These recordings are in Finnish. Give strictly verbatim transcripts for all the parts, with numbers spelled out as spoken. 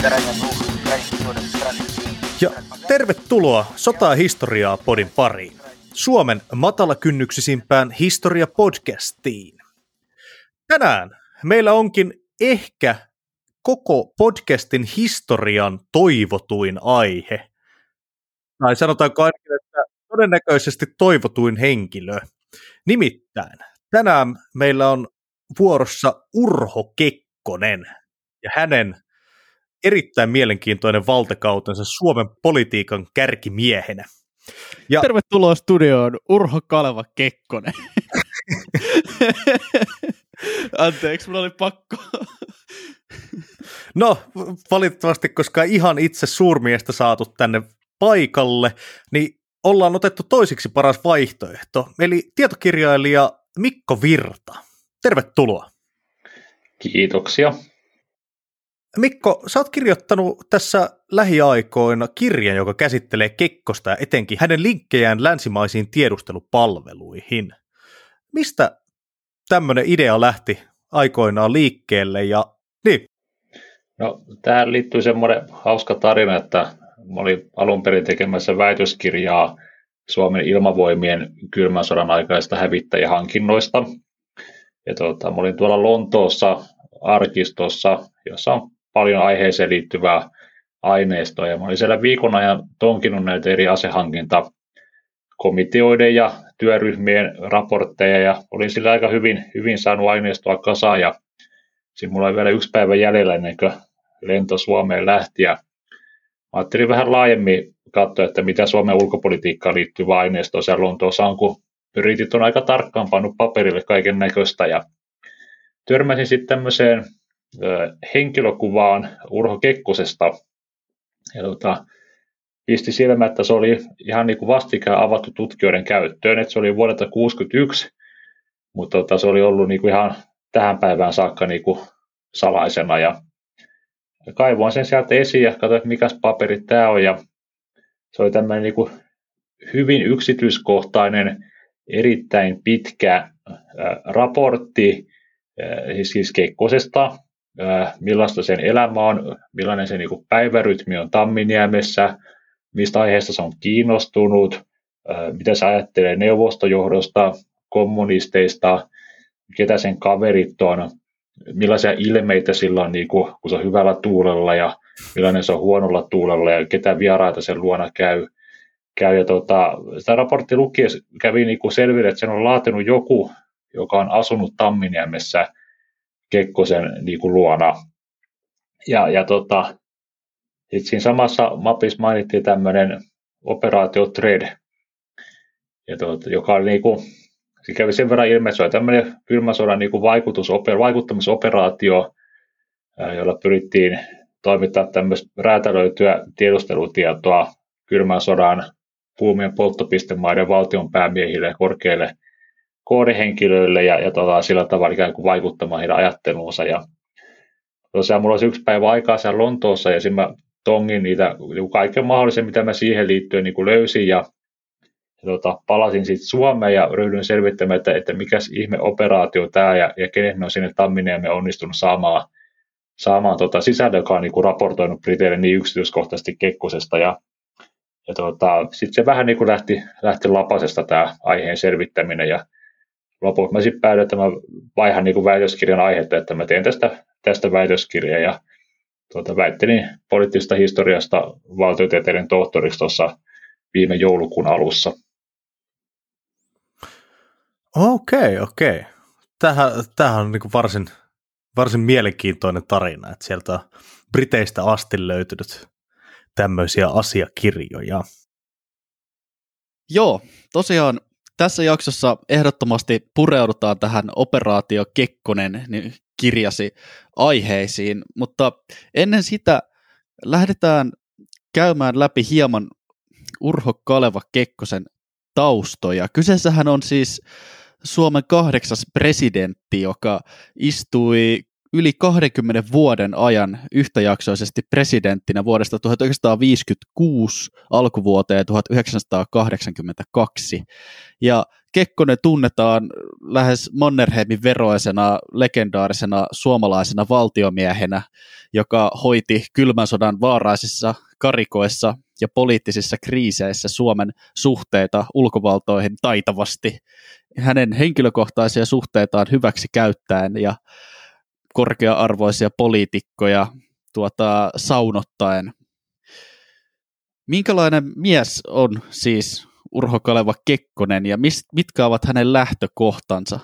Ja tervetuloa Sotaa historiaa podin pariin, Suomen matalakynnyksisimpään historiapodcastiin. Tänään meillä onkin ehkä koko podcastin historian toivotuin aihe. Tai sanotaanko ainakin, että todennäköisesti toivotuin henkilö. Nimittäin tänään meillä on vuorossa Urho Kekkonen ja hänen erittäin mielenkiintoinen valtakautensa Suomen politiikan kärkimiehenä. Ja tervetuloa studioon, Urho Kaleva Kekkonen. Anteeksi, mulla oli pakko. No, valitettavasti, koska ihan itse suurmiestä saatu tänne paikalle, niin ollaan otettu toisiksi paras vaihtoehto, eli tietokirjailija Mikko Virta. Tervetuloa. Kiitoksia. Mikko, sä oot kirjoittanut tässä lähiaikoina kirjan, joka käsittelee Kekkosta ja etenkin hänen linkkejään länsimaisiin tiedustelupalveluihin. Mistä tämmöinen idea lähti aikoinaan liikkeelle? Ja niin? No, tähän liittyy semmoinen hauska tarina, että mä olin alun perin tekemässä väitöskirjaa Suomen ilmavoimien kylmän sodan aikaisista hävittäjähankinnoista. Ja tuota, mä olin tuolla Lontoossa arkistossa, jossa on paljon aiheeseen liittyvää aineistoa. Ja mä olin siellä viikon ajan tonkinut näitä eri asehankintakomiteoiden ja työryhmien raportteja. Ja olin sillä aika hyvin, hyvin saanut aineistoa kasaan. Ja siinä mulla oli vielä yksi päivä jäljellä ennen kuin lento Suomeen lähti. Ja mä ajattelin vähän laajemmin katsoa, että mitä Suomen ulkopolitiikkaan liittyvää aineistoa siellä Lontoossa on, kun britit on aika tarkkaan pannut paperille kaiken näköistä. Ja törmäsin sitten tämmöiseen ö, henkilökuvaan Urho Kekkosesta. Ja tota, pisti silmä, että se oli ihan niin kuin vastikään avattu tutkijoiden käyttöön. Että se oli vuodelta kuusikymmentäyksi, mutta tota, se oli ollut niin kuin ihan tähän päivään saakka niin kuin salaisena. Ja kaivoin sen sieltä esiin ja katsoin, että mikäs paperi tämä on. Ja se oli tämmöinen niin kuin hyvin yksityiskohtainen, erittäin pitkä ä, raportti, siis Kekkosesta, millaista sen elämä on, millainen se niin kuin päivärytmi on Tamminiemessä, mistä aiheesta se on kiinnostunut, mitä se ajattelee neuvostojohdosta, kommunisteista, ketä sen kaverit on, millaisia ilmeitä sillä on, niin kuin, kun se on hyvällä tuulella ja millainen se on huonolla tuulella ja ketä vieraita sen luona käy. käy. Ja tota, sitä raportti lukiessa kävi niin kuin selville, että sen on laatinut joku, joka on asunut Tamminiemessä Kekkosen niin kuin luona. Ja, ja tota, siinä samassa mapissa mainittiin tämmöinen operaatio Thread, ja tota, joka oli niin kuin, se kävi sen verran ilme, että se oli tämmöinen kylmän sodan niin kuin vaikuttamisoperaatio, jolla pyrittiin toimittaa tämmöistä räätälöityä tiedustelutietoa kylmän sodan kuumien polttopistemaiden valtionpäämiehille ja korkeille kohdehenkilöille ja, ja tota, sillä tavalla ikään kuin vaikuttamaan heidän ajatteluunsa. Ja tosiaan mulla olisi yksi päivä aikaa siellä Lontoossa ja siinä mä tongin niitä niin kaiken mahdollisen, mitä mä siihen liittyen niin kuin löysin ja, ja tota, palasin sitten Suomeen ja ryhdyin selvittämään, että, että mikäs ihme operaatio tämä ja, ja kenet me on sinne Tamminiemen onnistunut saamaan, saamaan tota, sisällön, joka on niin kuin raportoinut Briteille niin yksityiskohtaisesti Kekkosesta. Ja, ja tota, sitten se vähän niin kuin lähti, lähti lapasesta tämä aiheen selvittäminen ja lopulta mä sitten päädyin, että mä vaihan niin kuin väitöskirjan aihetta, että mä teen tästä, tästä väitöskirjaa ja tuota, väittelin poliittisesta historiasta valtiotieteiden tohtoriksi tuossa viime joulukuun alussa. Okei, okei. Tämähän, tämähän on niin kuin varsin, varsin mielenkiintoinen tarina, että sieltä on Briteistä asti löytynyt tämmöisiä asiakirjoja. Joo, tosiaan tässä jaksossa ehdottomasti pureudutaan tähän Operaatio Kekkonen kirjasi aiheisiin, mutta ennen sitä lähdetään käymään läpi hieman Urho Kaleva Kekkosen taustoja. Kyseessähän on siis Suomen kahdeksas presidentti, joka istui yli kahdenkymmenen vuoden ajan yhtäjaksoisesti presidenttinä vuodesta tuhatyhdeksänsataaviisikymmentäkuusi alkuvuoteen tuhatyhdeksänsataakahdeksankymmentäkaksi. Ja Kekkonen tunnetaan lähes Mannerheimin veroisena, legendaarisena suomalaisena valtiomiehenä, joka hoiti kylmän sodan vaaraisissa karikoissa ja poliittisissa kriiseissä Suomen suhteita ulkovaltoihin taitavasti. Hänen henkilökohtaisia suhteitaan hyväksi käyttäen ja korkea-arvoisia poliitikkoja tuota, saunottaen. Minkälainen mies on siis Urho Kaleva Kekkonen ja mist, mitkä ovat hänen lähtökohtansa?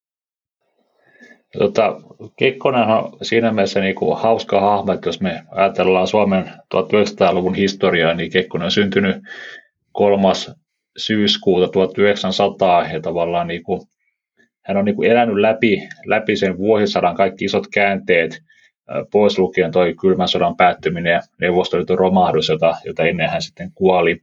Tota, Kekkonen on siinä mielessä niin kuin hauska hahmo, että jos me ajatellaan Suomen tuhatyhdeksänsataaluvun historiaa, niin Kekkonen on syntynyt kolmas syyskuuta tuhatyhdeksänsataa ja tavallaan niin kuin, hän on niin kuin elänyt läpi, läpi sen vuosisadan kaikki isot käänteet, pois lukien toi kylmän sodan päättyminen ja Neuvostoliiton romahdus, jota, jota ennen hän sitten kuoli.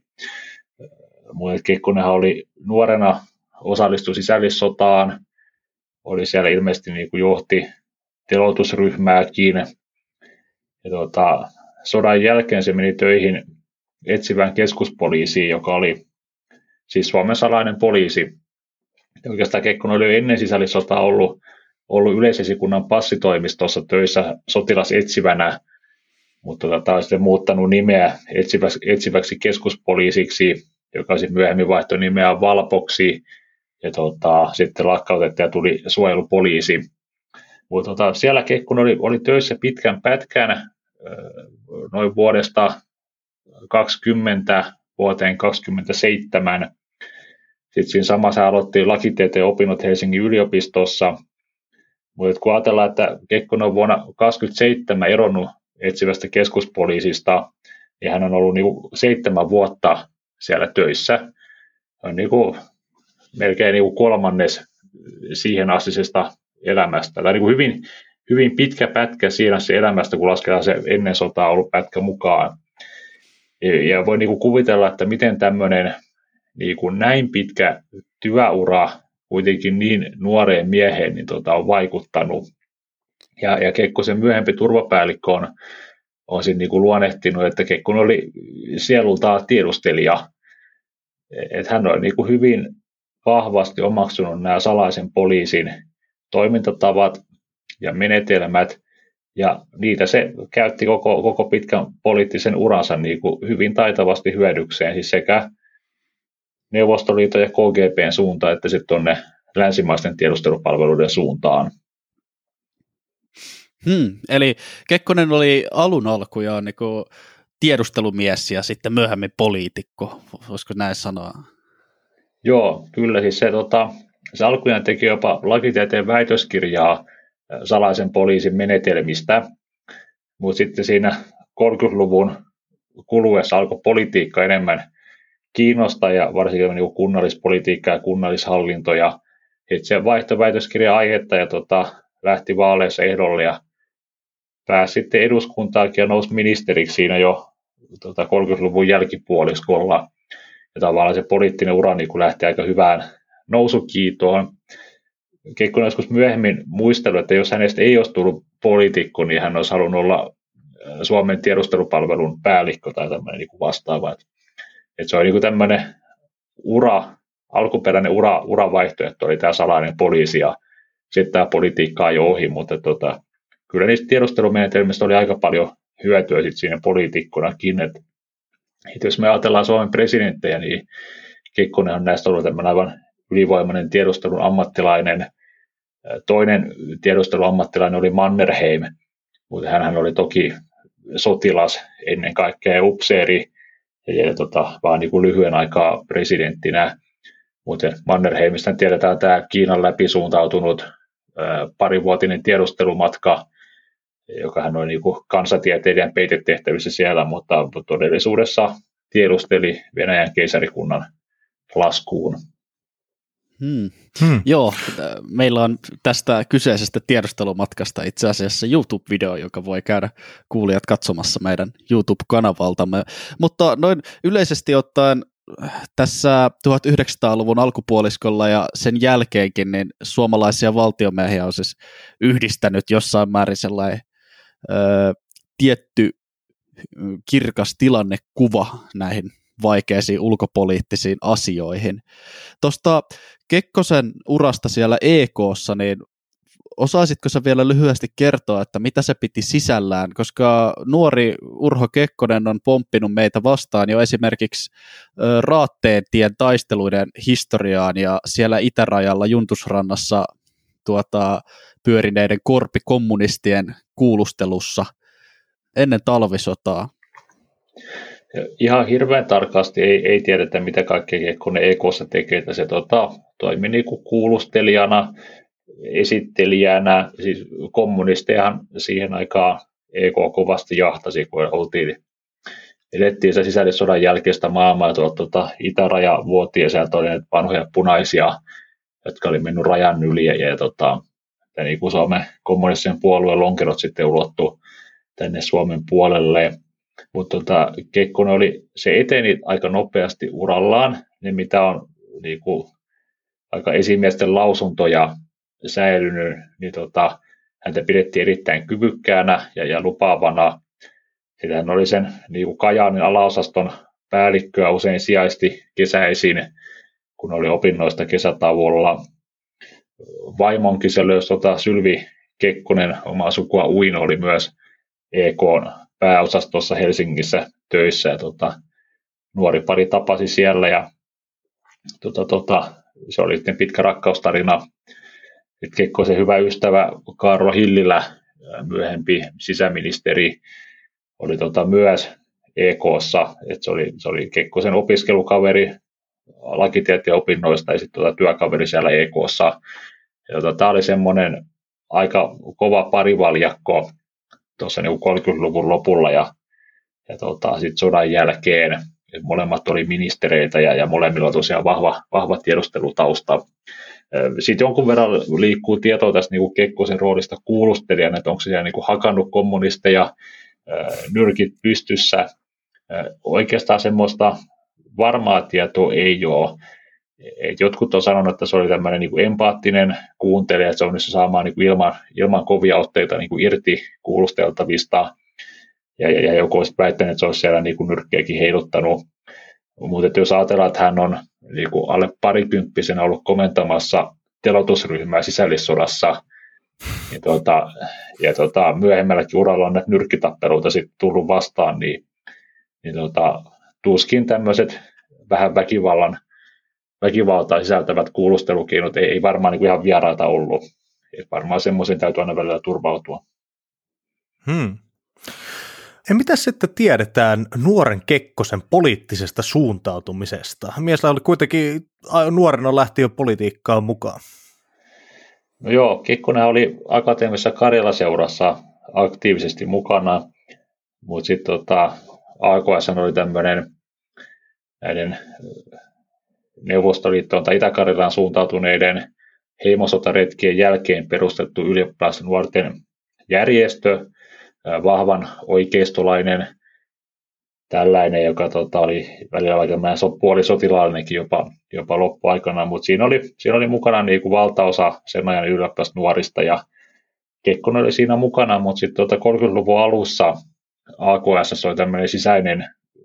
Mutta Kekkonenhan oli nuorena, osallistui sisällissotaan, oli siellä ilmeisesti niin kuin johti teloitusryhmääkin. Ja tuota, sodan jälkeen se meni töihin etsivään keskuspoliisiin, joka oli siis Suomen salainen poliisi. Ja oikeastaan Kekkonen oli ennen sisällissotaa ollut, ollut yleisesikunnan passitoimistossa töissä sotilasetsivänä, mutta tota, on sitten muuttanut nimeä etsiväksi, etsiväksi keskuspoliisiksi, joka sitten myöhemmin vaihtoi nimeä Valpoksi, ja tota, sitten lakkautettiin ja tuli suojelupoliisi. Mutta tota, siellä Kekkonen oli, oli töissä pitkän pätkän, noin vuodesta kaksikymmentä vuoteen kaksikymmentäseitsemän. Sitten siinä samassa aloitti lakitieteen opinnot Helsingin yliopistossa. Mutta kun ajatellaan, että Kekkonen on vuonna kaksikymmentäseitsemän eronnut etsivästä keskuspoliisista, ja hän on ollut niinku seitsemän vuotta siellä töissä. On niinku melkein niinku kolmannes siihen astisesta elämästä. Tai niinku hyvin, hyvin pitkä pätkä siinä se elämästä, kun lasketaan se ennen sotaa ollut pätkä mukaan. Ja, ja voi niinku kuvitella, että miten tämmöinen niinku näin pitkä työura kuitenkin niin nuoreen mieheen niin tota, on vaikuttanut. Ja, ja Kekkosen myöhempi turvapäällikkö on, on sitten niinku luonnehtinut, että Kekkonen oli sielultaan tiedustelija. Et hän on niinku hyvin vahvasti omaksunut nämä salaisen poliisin toimintatavat ja menetelmät, ja niitä se käytti koko, koko pitkän poliittisen uransa niinku hyvin taitavasti hyödykseen, siis sekä Neuvostoliiton ja K G B:n suuntaan, että sitten tuonne länsimaisten tiedustelupalveluiden suuntaan. Hmm, eli Kekkonen oli alun alkujaan niin kuin tiedustelumies ja sitten myöhemmin poliitikko, voisiko näin sanoa? Joo, kyllä. Siis se, tota, se alkujaan teki jopa lakitieteen väitöskirjaa salaisen poliisin menetelmistä, mutta sitten siinä kolmekymmentäluvun kuluessa alkoi politiikka enemmän kiinnostaa ja varsinkin niin kunnallispolitiikka ja kunnallishallinto, ja se vaihtoi väitöskirjan aihetta ja tota, lähti vaaleissa ehdolle ja pääsi sitten eduskuntaakin ja nousi ministeriksi siinä jo tota, kolmekymmentäluvun jälkipuoliskolla. Ja tavallaan se poliittinen ura niin lähti aika hyvään nousukiitoon. Kekkonen joskus myöhemmin muistellut, että jos hänestä ei olisi tullut poliitikko, niin hän olisi halunnut olla Suomen tiedustelupalvelun päällikkö tai tämmöinen niin vastaava. Että se on niin tämmöinen ura, alkuperäinen ura, uravaihtoehto oli tämä salainen poliisi ja sitten tämä politiikka ajoi ohi, mutta tota, kyllä niistä tiedustelumenetelmistä oli aika paljon hyötyä sit siinä poliitikkonakin. Et, et jos me ajatellaan Suomen presidenttejä, niin Kekkonen on näistä ollut tämmöinen aivan ylivoimainen tiedustelun ammattilainen. Toinen tiedusteluammattilainen oli Mannerheim, mutta hän oli toki sotilas ennen kaikkea upseeri ja, ja tota, vaan niin kuin lyhyen aikaa presidenttinä. Mutta Mannerheimista tiedetään tämä Kiinan läpisuuntautunut ää, parivuotinen tiedustelumatka, joka hän on niin kuin kansatieteilijän peitetehtävissä siellä, mutta todellisuudessa tiedusteli Venäjän keisarikunnan laskuun. Hmm. Hmm. Joo, meillä on tästä kyseisestä tiedustelumatkasta itse asiassa YouTube-video, joka voi käydä kuulijat katsomassa meidän YouTube-kanavaltamme. Mutta noin yleisesti ottaen tässä tuhatyhdeksänsataaluvun alkupuoliskolla ja sen jälkeenkin niin suomalaisia valtiomiehiä on siis yhdistänyt jossain määrin sellainen ö, tietty kirkas tilannekuva näihin vaikeisiin ulkopoliittisiin asioihin. Tuosta Kekkosen urasta siellä E K:ssa, niin osaisitko sä vielä lyhyesti kertoa, että mitä se piti sisällään, koska nuori Urho Kekkonen on pomppinut meitä vastaan jo esimerkiksi Raatteentien taisteluiden historiaan ja siellä itärajalla Juntusrannassa tuota, pyörineiden korpikommunistien kuulustelussa ennen talvisotaa. Ihan hirveän tarkasti ei, ei tiedetä, mitä kaikkea Kekkonen E K:ssa tekee. Se tota, toimi niin kuin kuulustelijana, esittelijänä, siis kommunistejahan siihen aikaan E K kovasti jahtasi, kun oltiin, elettiin se sisällissodan jälkeistä maailmaa, tuolta tuota, itäraja vuotiin ja sieltä oli vanhoja punaisia, jotka oli mennyt rajan yli ja, ja, tota, ja niin kuin Suomen kommunistisen puolueen lonkerot sitten ulottu tänne Suomen puolelle. Mutta tota, Kekkonen oli, se eteni aika nopeasti urallaan, ne mitä on niin kuin, aika esimiesten lausuntoja säilynyt, niin tota, häntä pidettiin erittäin kyvykkäänä ja, ja lupaavana. Sitten hän oli sen niin kuin Kajaanin alaosaston päällikköä usein sijaisti kesäisin, kun oli opinnoista kesätauolla. Vaimonkin se löysi tota, Sylvi Kekkonen, omaa sukua Uino, oli myös E K:n pääosastossa Helsingissä töissä. Ja, tota, nuori pari tapasi siellä ja tota, tota, se oli sitten pitkä rakkaustarina. Sitten Kekkosen hyvä ystävä Kaarlo Hillilä, myöhempi sisäministeri, oli tota myös E K:ssa, että se oli, se oli Kekkosen opiskelukaveri lakitieteen opinnoista ja sitten tota työkaveri siellä E K:ssa. Tota, tämä oli semmoinen aika kova parivaljakko tuossa niin kolmekymmentäluvun lopulla ja, ja tota, sitten sodan jälkeen. Et molemmat oli ministereitä ja, ja molemmilla on tosiaan vahva, vahva tiedustelutausta. Sitten jonkun verran liikkuu tietoa tästä niin kuin Kekkosen roolista kuulustelijana, että onko se siellä niin kuin hakannut kommunisteja nyrkit pystyssä. Oikeastaan semmoista varmaa tietoa ei ole. Et jotkut on sanonut, että se oli tämmöinen niin kuin empaattinen kuuntelija, että se onnistu saamaan niin kuin ilman, ilman kovia otteita niin kuin irti kuulusteltavista. Ja, ja, ja joku olisi väittänyt, että se olisi siellä niin kuin nyrkkiäkin heiluttanut. Mutta jos ajatellaan, että hän on niin kuin alle parikymppisenä ollut komentamassa teloitusryhmää sisällissodassa, niin tuota, ja tuota, myöhemmälläkin uralla on näitä nyrkkitappeluita sitten tullut vastaan, niin, niin tuota, tuskin tämmöiset vähän väkivallan, väkivaltaa sisältävät kuulustelukeinot ei, ei varmaan niin kuin ihan vieraita ollut. Et varmaan semmoisen täytyy aina välillä turvautua. Hmm. Ja mitä sitten tiedetään nuoren Kekkosen poliittisesta suuntautumisesta? Miesellä oli kuitenkin nuorena lähti jo politiikkaan mukaan. No joo, Kekkonen oli akateemisessa Karjala-seurassa aktiivisesti mukana, mutta sitten tota, A K S oli tämmöinen näiden Neuvostoliittoon tai Itä-Karjalaan suuntautuneiden heimosotaretkien jälkeen perustettu ylioppilasnuorten järjestö, vahvan oikeistolainen tällainen, joka tota, oli välillä aika so, puolisotilaallinenkin jopa, jopa loppuaikana, mutta siinä oli, siinä oli mukana niin kuin valtaosa sen ajan ylioppilasnuorista ja Kekkonen oli siinä mukana, mutta sitten tota kolmekymmentäluvun alussa A K S oli tämmöinen sisäinen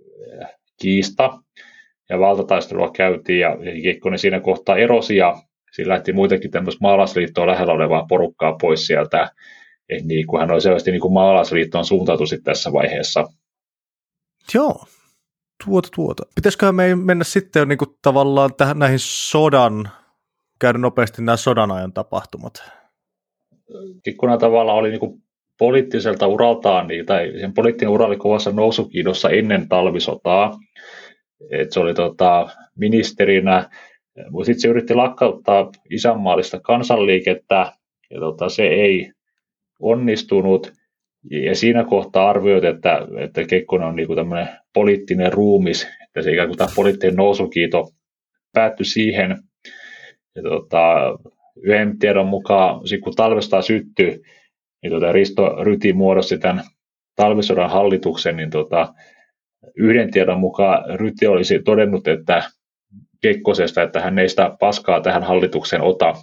kiista ja valtataistelua käytiin ja Kekkonen siinä kohtaa erosi ja siinä lähti muitakin tämmöistä maalaisliittoa lähellä olevaa porukkaa pois sieltä. Et niin kuin hän oli selvästi niin kuin maalaisliittoon suuntautu tässä vaiheessa. Joo, tuota tuota. Pitäisiköhän me mennä sitten jo niin kuin tavallaan tähän näihin sodan, käydä nopeasti nämä sodan ajan tapahtumat? Kekkonen tavallaan oli niin kuin poliittiselta uraltaan, niin, tai sen poliittinen ura oli kovassa nousukiidossa ennen talvisotaa. Et se oli tota, ministerinä, mutta sitten se yritti lakkauttaa isänmaallista kansanliikettä, ja tota, se ei onnistunut, ja siinä kohtaa arvioit, että, että Kekkonen on niinku tämmöinen poliittinen ruumis, että se ikään kuin tämä poliittinen nousukiito päättyi siihen. Ja tota, yhden tiedon mukaan, kun talvesta syttyi, niin tota Risto Ryti muodosti tämän talvisodan hallituksen, niin tota, yhden tiedon mukaan Ryti olisi todennut, että Kekkosesta, että hän ei sitä paskaa tähän hallitukseen ota.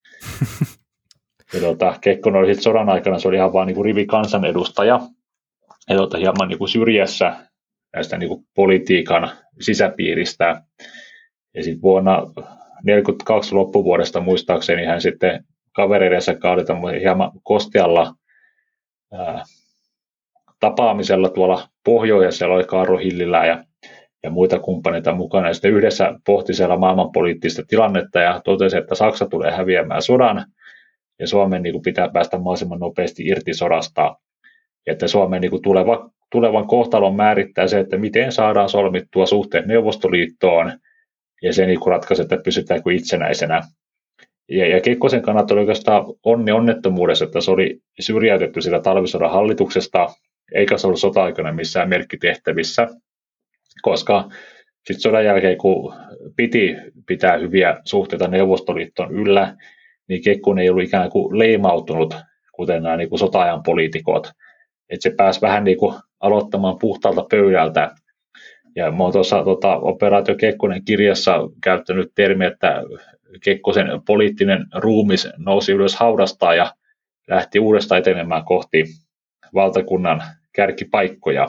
Ja tuota, Kekkonen oli sitten sodan aikana, se oli ihan vaan niin kuin rivi kansanedustaja, ja tuota, hieman niin kuin syrjässä näistä niin kuin politiikan sisäpiiristä. Ja sitten vuonna tuhatyhdeksänsataaneljäkymmentäkaksi loppuvuodesta muistaakseni hän sitten kavereidensa kanssa oli hieman kostealla ää, tapaamisella tuolla pohjoisessa, oli Kaarlo Hillilä ja, ja muita kumppaneita mukana. Ja sitten yhdessä pohti siellä maailmanpoliittista tilannetta ja totesi, että Saksa tulee häviämään sodan ja Suomen niin kuin pitää päästä mahdollisimman nopeasti irti sodasta. Ja että Suomen niin kuin tuleva, tulevan kohtalon määrittää se, että miten saadaan solmittua suhteet Neuvostoliittoon ja se niin kuin ratkaisi, että pysytäänkö itsenäisenä. Ja, ja Kekkosen kannat oli oikeastaan onni onnettomuudessa, että se oli syrjäytetty sitä talvisodan hallituksesta, eikä se ollut sota-aikana missään merkkitehtävissä, koska sitten sodan jälkeen, kun piti pitää hyviä suhteita Neuvostoliittoon yllä, niin Kekkonen ei ollut ikään kuin leimautunut, kuten nämä niin kuin sota-ajan poliitikot. Että se pääsi vähän niin kuin aloittamaan puhtaalta pöydältä. Ja mä oon tuossa tota, Operaatio Kekkonen kirjassa käyttänyt termiä, että Kekkosen poliittinen ruumis nousi ylös haudastaan ja lähti uudestaan etenemään kohti valtakunnan kärkipaikkoja.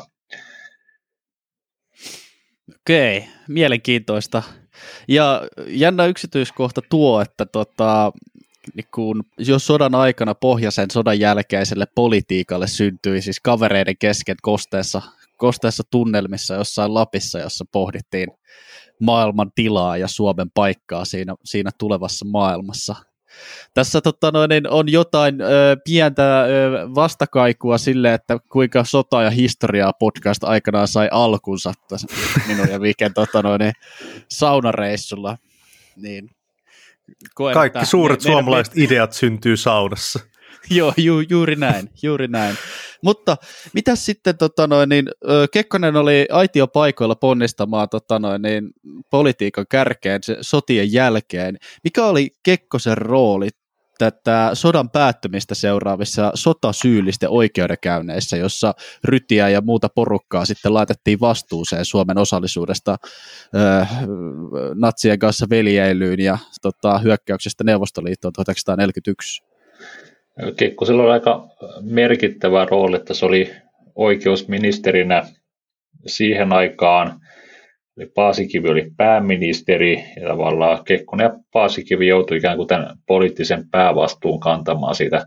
Okei, mielenkiintoista. Ja jännä yksityiskohta tuo, että tota, niin kun, jos sodan aikana pohjaisen sodan jälkeiselle politiikalle syntyi siis kavereiden kesken kosteessa, kosteessa tunnelmissa jossain Lapissa, jossa pohdittiin maailman tilaa ja Suomen paikkaa siinä, siinä tulevassa maailmassa. Tässä tota, noin, on jotain ö, pientä ö, vastakaikua sille, että kuinka sota- ja historiaa podcast aikanaan sai alkunsa minun ja Viken tota, noin, saunareissulla. Niin, koen, kaikki suuret me, suomalaiset me... ideat syntyy saunassa. Joo, ju, juuri näin, juuri näin. Mutta mitäs sitten, tota noin, niin, Kekkonen oli aitiopaikoilla ponnistamaan tota noin, niin, politiikan kärkeen se, sotien jälkeen. Mikä oli Kekkosen rooli tätä sodan päättymistä seuraavissa sotasyyllisten oikeudenkäynneissä, jossa Rytiä ja muuta porukkaa sitten laitettiin vastuuseen Suomen osallisuudesta ö, natsien kanssa veljeilyyn ja tota, hyökkäyksestä Neuvostoliittoon tuhatyhdeksänsataaneljäkymmentäyksi? Kekkosella oli aika merkittävä rooli, että se oli oikeusministerinä siihen aikaan. Paasikivi oli pääministeri ja tavallaan Kekkonen ja Paasikivi joutui ikään kuin tämän poliittisen päävastuun kantamaan siitä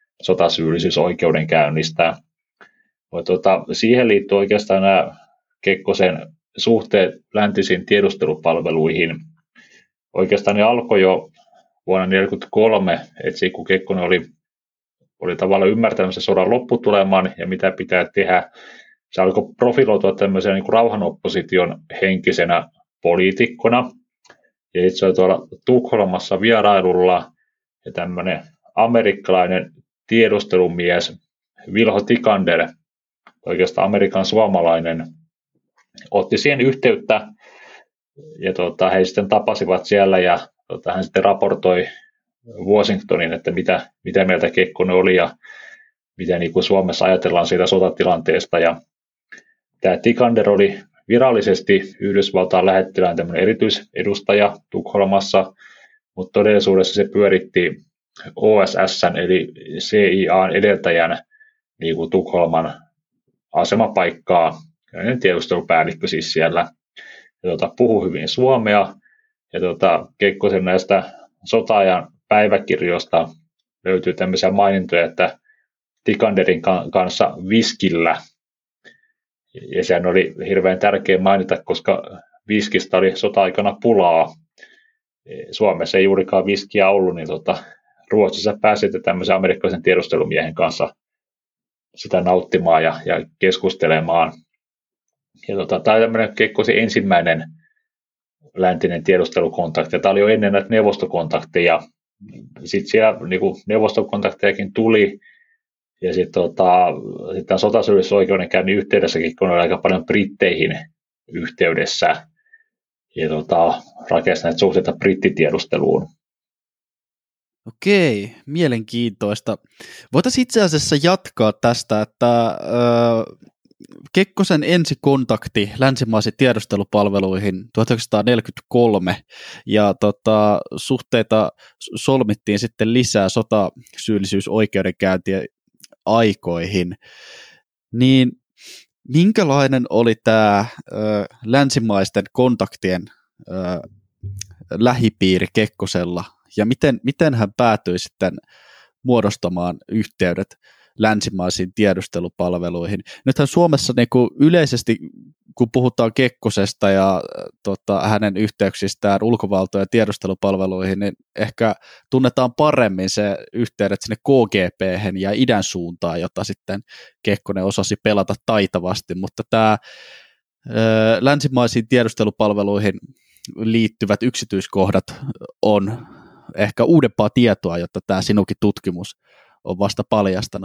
sotasyyllisyysoikeudenkäynnistä. Tuota, siihen liittyy oikeastaan nämä Kekkosen suhteet läntisiin tiedustelupalveluihin. Oikeastaan ne alkoi jo vuonna tuhatyhdeksänsataaneljäkymmentäkolme, että kun Kekkonen oli oli tavallaan ymmärtänyt se sodan lopputuleman ja mitä pitää tehdä. Se alkoi profiloitua tämmöisen niin kuin rauhanopposition henkisenä poliitikkona. Ja itse oli tuolla Tukholmassa vierailulla ja tämmöinen amerikkalainen tiedustelumies Vilho Tikander, oikeastaan Amerikan suomalainen, otti siihen yhteyttä ja tota, he sitten tapasivat siellä ja tota, hän sitten raportoi Washingtonin, että mitä, mitä mieltä Kekkonen oli ja mitä niin kuin Suomessa ajatellaan siitä sotatilanteesta. Ja tämä Tikander oli virallisesti Yhdysvaltain lähettilään tämmöinen erityisedustaja Tukholmassa, mutta todellisuudessa se pyöritti O S S:n eli C I A:n edeltäjän niin kuin Tukholman asemapaikkaa, tiedustelupäällikkö siis siellä, ja tuota, puhui hyvin suomea, ja tuota, Kekkosen näistä sota-ajan päiväkirjoista löytyy tämmöisiä mainintoja, että Tikanderin kanssa viskillä. Ja sehän oli hirveän tärkeä mainita, koska viskistä oli sota-aikana pulaa. Suomessa ei juurikaan viskiä ollut, niin tota, Ruotsissa pääsitte tämmöisen amerikkalaisen tiedustelumiehen kanssa sitä nauttimaan ja, ja keskustelemaan. Ja tota, tämä on tämmöinen Kekkosen ensimmäinen läntinen tiedustelukontakti. Tämä oli jo ennen näitä neuvostokontakteja. Sitten siellä niin kuin neuvostokontaktejakin tuli. Ja sitten tota, sit tämän sotasyyllisyysoikeudenkäynnin yhteydessäkin, kun oli aika paljon britteihin yhteydessä. Ja tota, rakensi näitä suhteita brittitiedusteluun. Okei, mielenkiintoista. Voitaisiin itse asiassa jatkaa tästä, että äh, Kekkosen ensikontakti länsimaisiin tiedustelupalveluihin tuhatyhdeksänsataaneljäkymmentäkolme ja tota, suhteita solmittiin sitten lisää sotasyyllisyysoikeudenkäyntiä aikoihin, niin minkälainen oli tämä ö, länsimaisten kontaktien ö, lähipiiri Kekkosella, ja miten, miten hän päätyi sitten muodostamaan yhteydet länsimaisiin tiedustelupalveluihin. Nythän Suomessa niin kuin yleisesti, kun puhutaan Kekkosesta ja tota, hänen yhteyksistään ulkovaltojen tiedustelupalveluihin, niin ehkä tunnetaan paremmin se yhteydet sinne K G P:hen ja idän suuntaan, jota sitten Kekkonen osasi pelata taitavasti, mutta tämä ö, länsimaisiin tiedustelupalveluihin liittyvät yksityiskohdat on ehkä uudempaa tietoa, jotta tämä sinunkin tutkimus on vasta paljastanut.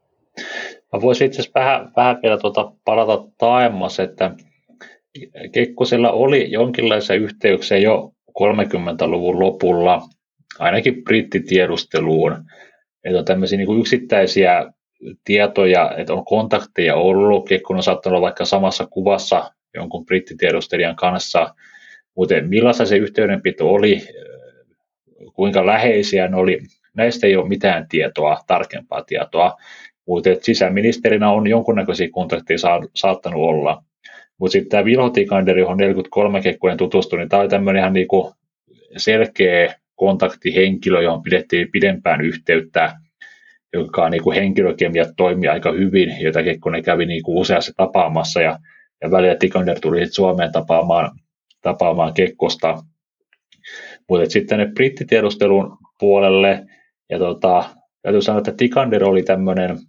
Mä voisin itse asiassa vähän, vähän vielä tuota palata taemmas, että Kekkosella oli jonkinlaisia yhteyksiä jo kolmekymmentäluvun lopulla, ainakin brittitiedusteluun. Että on tämmöisiä niin kuin yksittäisiä tietoja, että on kontakteja ollut. Kekkonen on saattanut olla vaikka samassa kuvassa jonkun brittitiedustelijan kanssa, mutta millaista se yhteydenpito oli, kuinka läheisiä ne oli, näistä ei ole mitään tietoa, tarkempaa tietoa, mutta sisäministerinä on jonkunnäköisiä kontakteja saattanut olla. Mutta sitten tämä Vilho Tikander, johon neljäkymmentäkolme Kekkonen tutustui, niin tämä oli tämmöinen ihan niinku selkeä kontaktihenkilö, johon pidettiin pidempään yhteyttä, joka niinku henkilökemiat toimi aika hyvin, jota Kekkonen kävi niinku useassa tapaamassa, ja, ja välillä Tikander tuli Suomeen tapaamaan, tapaamaan Kekkosta. Mutta sitten tänne brittitiedustelun puolelle, ja tota, täytyy sanoa, että Tikander oli tämmöinen,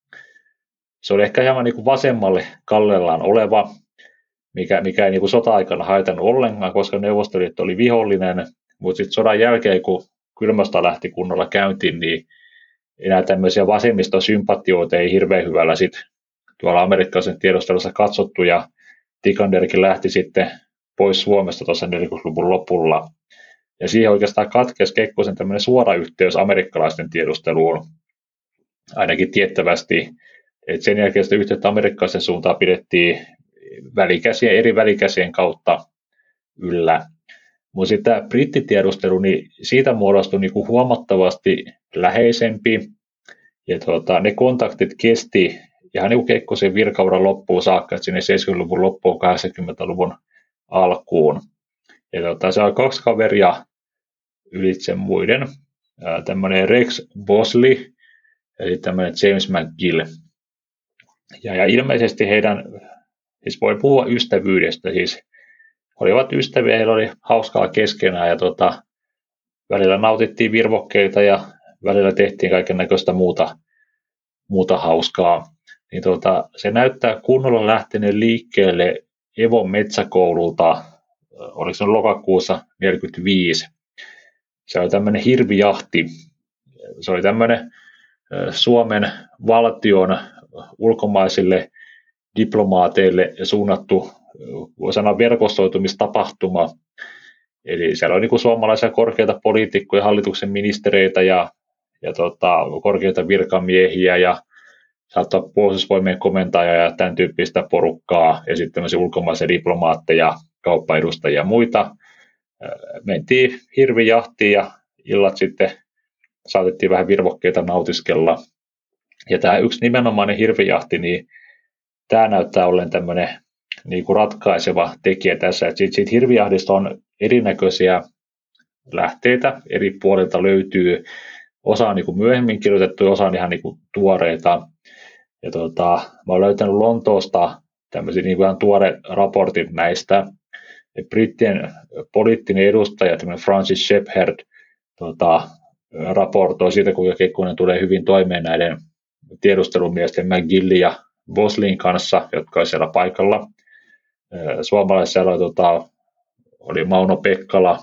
se oli ehkä hieman niin kuin vasemmalle kallellaan oleva, mikä, mikä ei niin kuin sota-aikana haitannut ollenkaan, koska Neuvostoliitto oli vihollinen, mutta sitten sodan jälkeen, kun kylmästä lähti kunnolla käyntiin, niin enää tämmöisiä vasemmistosympatioita ei hirveän hyvällä sit tuolla amerikkalaisen tiedustelussa katsottu, ja Tikanderkin lähti sitten pois Suomesta tuossa neljäkymmentäluvun lopulla. Ja siihen oikeastaan katkesi Kekkosen tämmöinen suora yhteys amerikkalaisten tiedusteluun, ainakin tiettävästi. Et sen jälkeen sitä yhteyttä amerikkalaisen suuntaan pidettiin välikäsien, eri välikäsien kautta yllä. Mutta sitten tämä brittitiedustelu, niin siitä muodostui niinku huomattavasti läheisempi. Ja tuota, ne kontaktit kesti ihan niin kuin Kekkosen virkauran loppuun saakka, että sinne seitsemänkymmentäluvun loppuun, kahdeksankymmentäluvun alkuun. Ja tuota, se on kaksi kaveria ylitse muiden. Tämmöinen Rex Bosley eli tämmöinen James McGill. Ja, ja ilmeisesti heidän, siis voi puhua ystävyydestä, siis olivat ystäviä, heillä oli hauskaa keskenään, ja tota, välillä nautittiin virvokkeita ja välillä tehtiin kaiken näköistä muuta, muuta hauskaa. Niin tota, se näyttää kunnolla lähteneen liikkeelle Evon metsäkoululta, oliko se lokakuussa neljäkymmentäviisi. Se oli tämmöinen hirvijahti. Se oli tämmöinen Suomen valtion ulkomaisille diplomaateille suunnattu, voi sanoa, verkostoitumistapahtuma. Eli siellä oli niin kuin suomalaisia korkeita poliitikkoja, hallituksen ministereitä ja, ja tota, korkeita virkamiehiä ja saattaa puolustusvoimien komentajia ja tämän tyyppistä porukkaa ja sitten tämmöisiä ulkomaisia diplomaatteja, kauppaedustajia ja muita. Mentiin hirvijahtiin ja illat sitten saatettiin vähän virvokkeita nautiskella. Ja tämä yksi nimenomainen hirvijahti, niin tämä näyttää ollen tämmöinen niin kuin ratkaiseva tekijä tässä. Että siitä, siitä hirvijahdista on erinäköisiä lähteitä, eri puolilta löytyy. Osa on niin kuin myöhemmin kirjoitettu ja osa on ihan niin kuin tuoreita. Ja tota, mä olen löytänyt Lontoosta tämmöisen niin kuin ihan tuore raportin näistä. Ja brittien poliittinen edustaja, tämmöinen Francis Shepherd, tota, raportoi siitä, kuinka Kekkonen tulee hyvin toimeen näiden tiedustelumiesten McGillin ja Bosleyn kanssa, jotka olivat siellä paikalla. Suomalaisella oli, tota, oli Mauno Pekkala,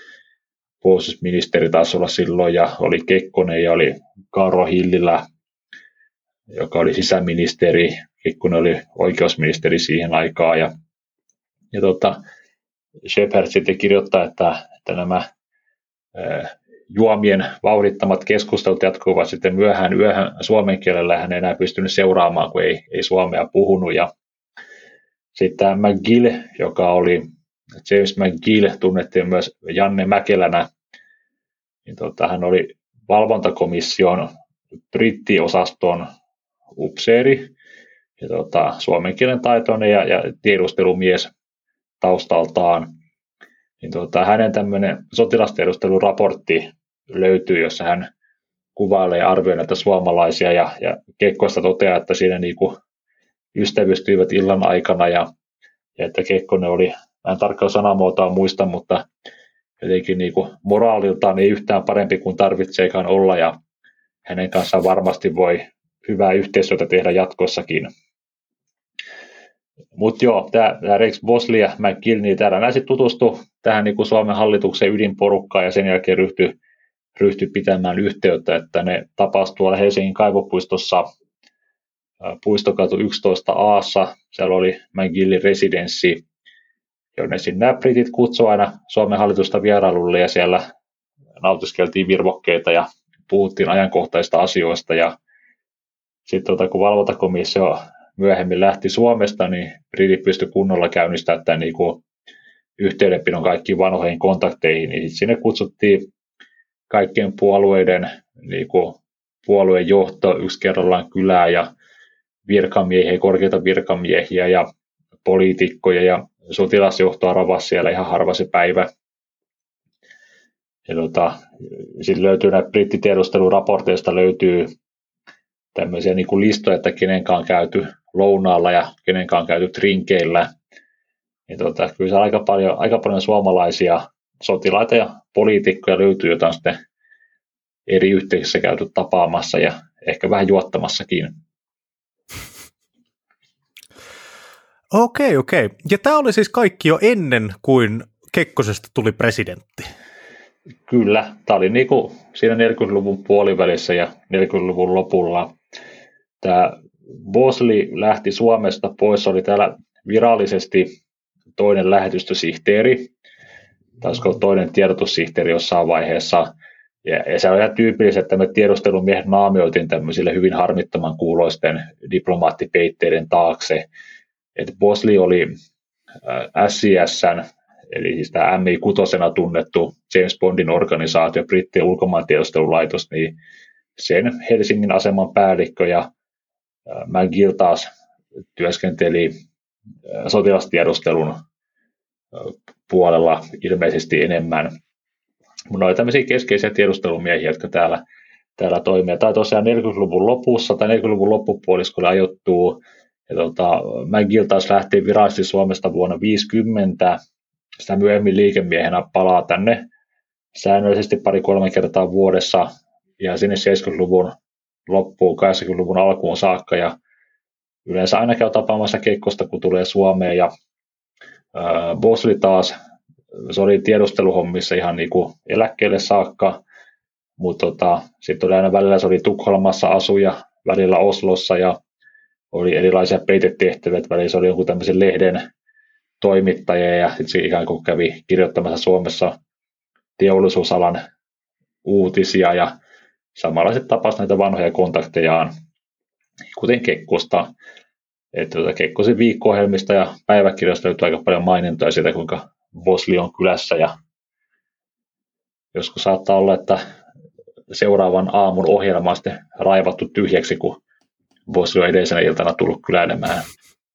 puolustusministeritasolla silloin, ja oli Kekkonen ja oli Kaaro Hillilä, joka oli sisäministeri. Kekkonen oli oikeusministeri siihen aikaan. Ja, ja tota, Shepherd sitten kirjoittaa, että, että nämä ää, juomien vauhdittamat keskustelut jatkuvat sitten myöhään yöhön suomen kielellä. Hän ei enää pystynyt seuraamaan, kun ei, ei suomea puhunut. Ja sitten tämä McGill, joka oli James McGill, tunnettiin myös Janne Mäkelänä, niin tota, hän oli valvontakomission brittiosaston upseeri. ja tota, suomen kielen taitoinen ja, ja tiedustelumies taustaltaan. Niin tota, hänen tämmöinen sotilastiedusteluraportti löytyy, jossa hän kuvailee ja arvioi näitä suomalaisia ja, ja Kekkosta toteaa, että siinä niinku ystävystyivät illan aikana ja, ja että Kekkonen oli, mä en tarkkaan sanamuotoa muista, mutta jotenkin niinku moraaliltaan ei yhtään parempi kuin tarvitseekaan olla ja hänen kanssaan varmasti voi hyvää yhteistyötä tehdä jatkossakin. Mutta joo, tämä Rex Bosley ja McGill, täällä nämä sitten tutustu tähän niinku Suomen hallituksen ydinporukkaan ja sen jälkeen ryhtyi ryhtyi pitämään yhteyttä, että ne tapasivat tuolla Helsingin kaivopuistossa puistokatu yksitoista A:ssa. Siellä oli McGillin residenssi, jonne sinne nämä britit kutsuivat aina Suomen hallitusta vierailulle ja siellä nautiskeltiin virvokkeita ja puhuttiin ajankohtaisista asioista. Ja sitten tuota, kun valvontakomissio myöhemmin lähti Suomesta, niin britit pystyivät kunnolla käynnistämään tämän niin kuin yhteydenpidon kaikkiin vanhoihin kontakteihin, niin sinne kutsuttiin kaikkien puolueiden niin kuin puolueen johto yksi kerrallaan kylää ja virkamiehiä, korkeita virkamiehiä ja poliitikkoja ja sotilasjohtoa ravasi siellä ihan harva se päivä. Ja tota, sitten löytyy näitä brittitiedusteluraporteista löytyy tämmöisiä niin kuin listoja, että kenenkaan on käyty lounaalla ja kenenkaan on käyty trinkeillä. Ja tota, kyllä se aika paljon, aika paljon suomalaisia sotilaita ja poliitikkoja löytyy, joita on sitten eri yhteisöissä käyty tapaamassa ja ehkä vähän juottamassakin. Okei, okei. Ja tämä oli siis kaikki jo ennen kuin Kekkosesta tuli presidentti. Kyllä, tämä oli niin kuin siinä neljäkymmentäluvun puolivälissä ja neljäkymmentäluvun lopulla. Tämä Bosley lähti Suomesta pois, oli täällä virallisesti toinen lähetystösihteeri, taisiko toinen tiedotussihteeri jossain vaiheessa. Ja, ja se on ihan tyypillistä, että me tiedustelumiehet naamioitiin tämmöisille hyvin harmittoman kuuloisten diplomaattipeitteiden taakse. Et Bosley oli S I S:n, eli siis tämä M I kuusi tunnettu James Bondin organisaatio, brittien ulkomaantiedustelulaitos, niin sen Helsingin aseman päällikkö ja McGill taas työskenteli sotilastiedustelun puolella ilmeisesti enemmän. Mutta oli tämmöisiä keskeisiä tiedustelumiehiä, jotka täällä, täällä toimii. Tai tosiaan neljäkymmentäluvun lopussa tai neljäkymmentäluvun loppupuoliskolla ajoittuu. Ja tota, McGill taas lähti virallisesti Suomesta vuonna viisikymmentä. Sitä myöhemmin liikemiehenä palaa tänne säännöllisesti pari-kolme kertaa vuodessa ja sinne seitsemänkymmentäluvun loppuun, kahdeksankymmentäluvun alkuun saakka. Ja yleensä aina käy tapaamassa Kekkosta, kun tulee Suomeen. Ja ää, Bosley taas, se oli tiedusteluhommissa ihan niin kuin eläkkeelle saakka, mutta tota, sitten oli aina välillä se oli Tukholmassa asuja, välillä Oslossa ja oli erilaisia peitetehtäviä, välillä se oli jonkun tämmöisen lehden toimittaja ja sitten se ikään kuin kävi kirjoittamassa Suomessa teollisuusalan uutisia ja samalla sitten tapasi näitä vanhoja kontaktejaan, kuten Kekkosta. Että tuota, Kekkosen viikko-ohjelmista ja päiväkirjoista löytyy aika paljon mainintoja siitä, kuinka Bosley on kylässä ja joskus saattaa olla, että seuraavan aamun ohjelma on sitten raivattu tyhjäksi, kun Bosley on edellisenä iltana tullut kyläilemään.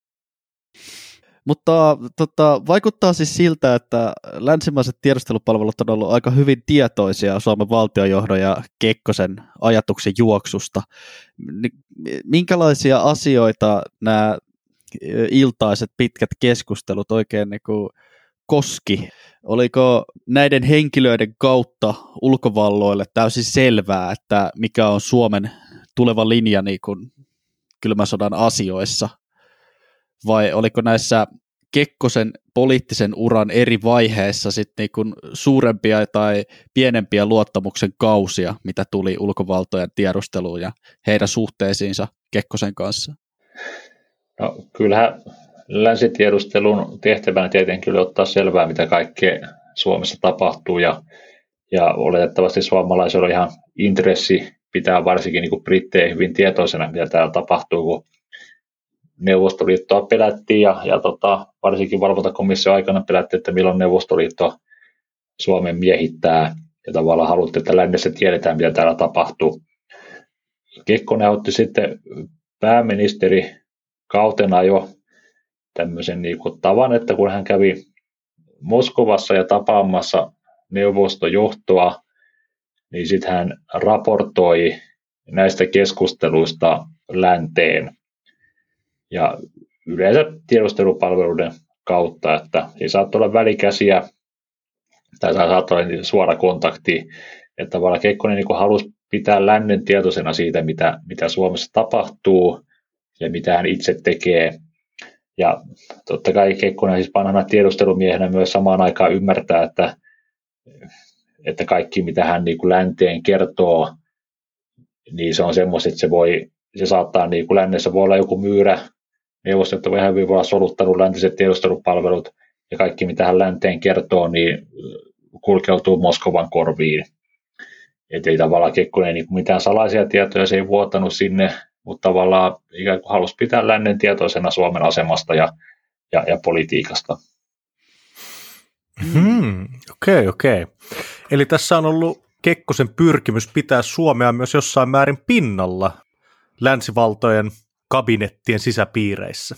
Mutta tota, vaikuttaa siis siltä, että länsimaiset tiedustelupalvelut on ollut aika hyvin tietoisia Suomen valtionjohdon ja Kekkosen ajatuksen juoksusta. Minkälaisia asioita nämä iltaiset pitkät keskustelut oikein niin kuin koski? Oliko näiden henkilöiden kautta ulkovalloille täysin selvää, että mikä on Suomen tuleva linja niin kuin kylmän sodan asioissa? Vai oliko näissä Kekkosen poliittisen uran eri vaiheissa sit niin kuin suurempia tai pienempiä luottamuksen kausia, mitä tuli ulkovaltojen tiedusteluun ja heidän suhteisiinsa Kekkosen kanssa? No, kyllähän länsitiedustelun tehtävänä tietenkin oli ottaa selvää, mitä kaikkea Suomessa tapahtuu, ja, ja oletettavasti suomalaisilla on ihan intressi pitää varsinkin niin kuin brittejä hyvin tietoisena, mitä täällä tapahtuu, kun Neuvostoliittoa pelättiin, ja, ja tota, varsinkin valvontakomission aikana pelättiin, että milloin Neuvostoliitto Suomen miehittää, ja tavallaan haluttiin, että lännessä tiedetään, mitä täällä tapahtuu. Kekkonen otti sitten pääministeri kautena jo tämmöisen niin kuin tavan, että kun hän kävi Moskovassa ja tapaamassa neuvostojohtoa, niin sitten hän raportoi näistä keskusteluista länteen. Ja yleensä tiedustelupalveluiden kautta, että ei saattoi olla välikäsiä tai saattoi olla suora kontakti, että tavallaan Kekkonen niin halusi pitää lännen tietoisena siitä, mitä, mitä Suomessa tapahtuu ja mitä hän itse tekee. Ja totta kai Kekkonen siis vanhana tiedustelumiehenä myös samaan aikaan ymmärtää, että, että kaikki mitä hän niin kuin länteen kertoo, niin se on semmoista, että se, voi, se saattaa niin kuin lännessä voi olla joku myyrä, neuvostoliitto voi hyvin olla soluttanut läntiset tiedustelupalvelut, ja kaikki mitä hän länteen kertoo, niin kulkeutuu Moskovan korviin. Että ei tavallaan Kekkonen niin mitään salaisia tietoja, se ei vuotanut sinne, mutta tavallaan ikään kuin halusi pitää lännen tietoisena Suomen asemasta ja, ja, ja politiikasta. Hmm, okei, okei. Eli tässä on ollut Kekkosen pyrkimys pitää Suomea myös jossain määrin pinnalla länsivaltojen kabinettien sisäpiireissä.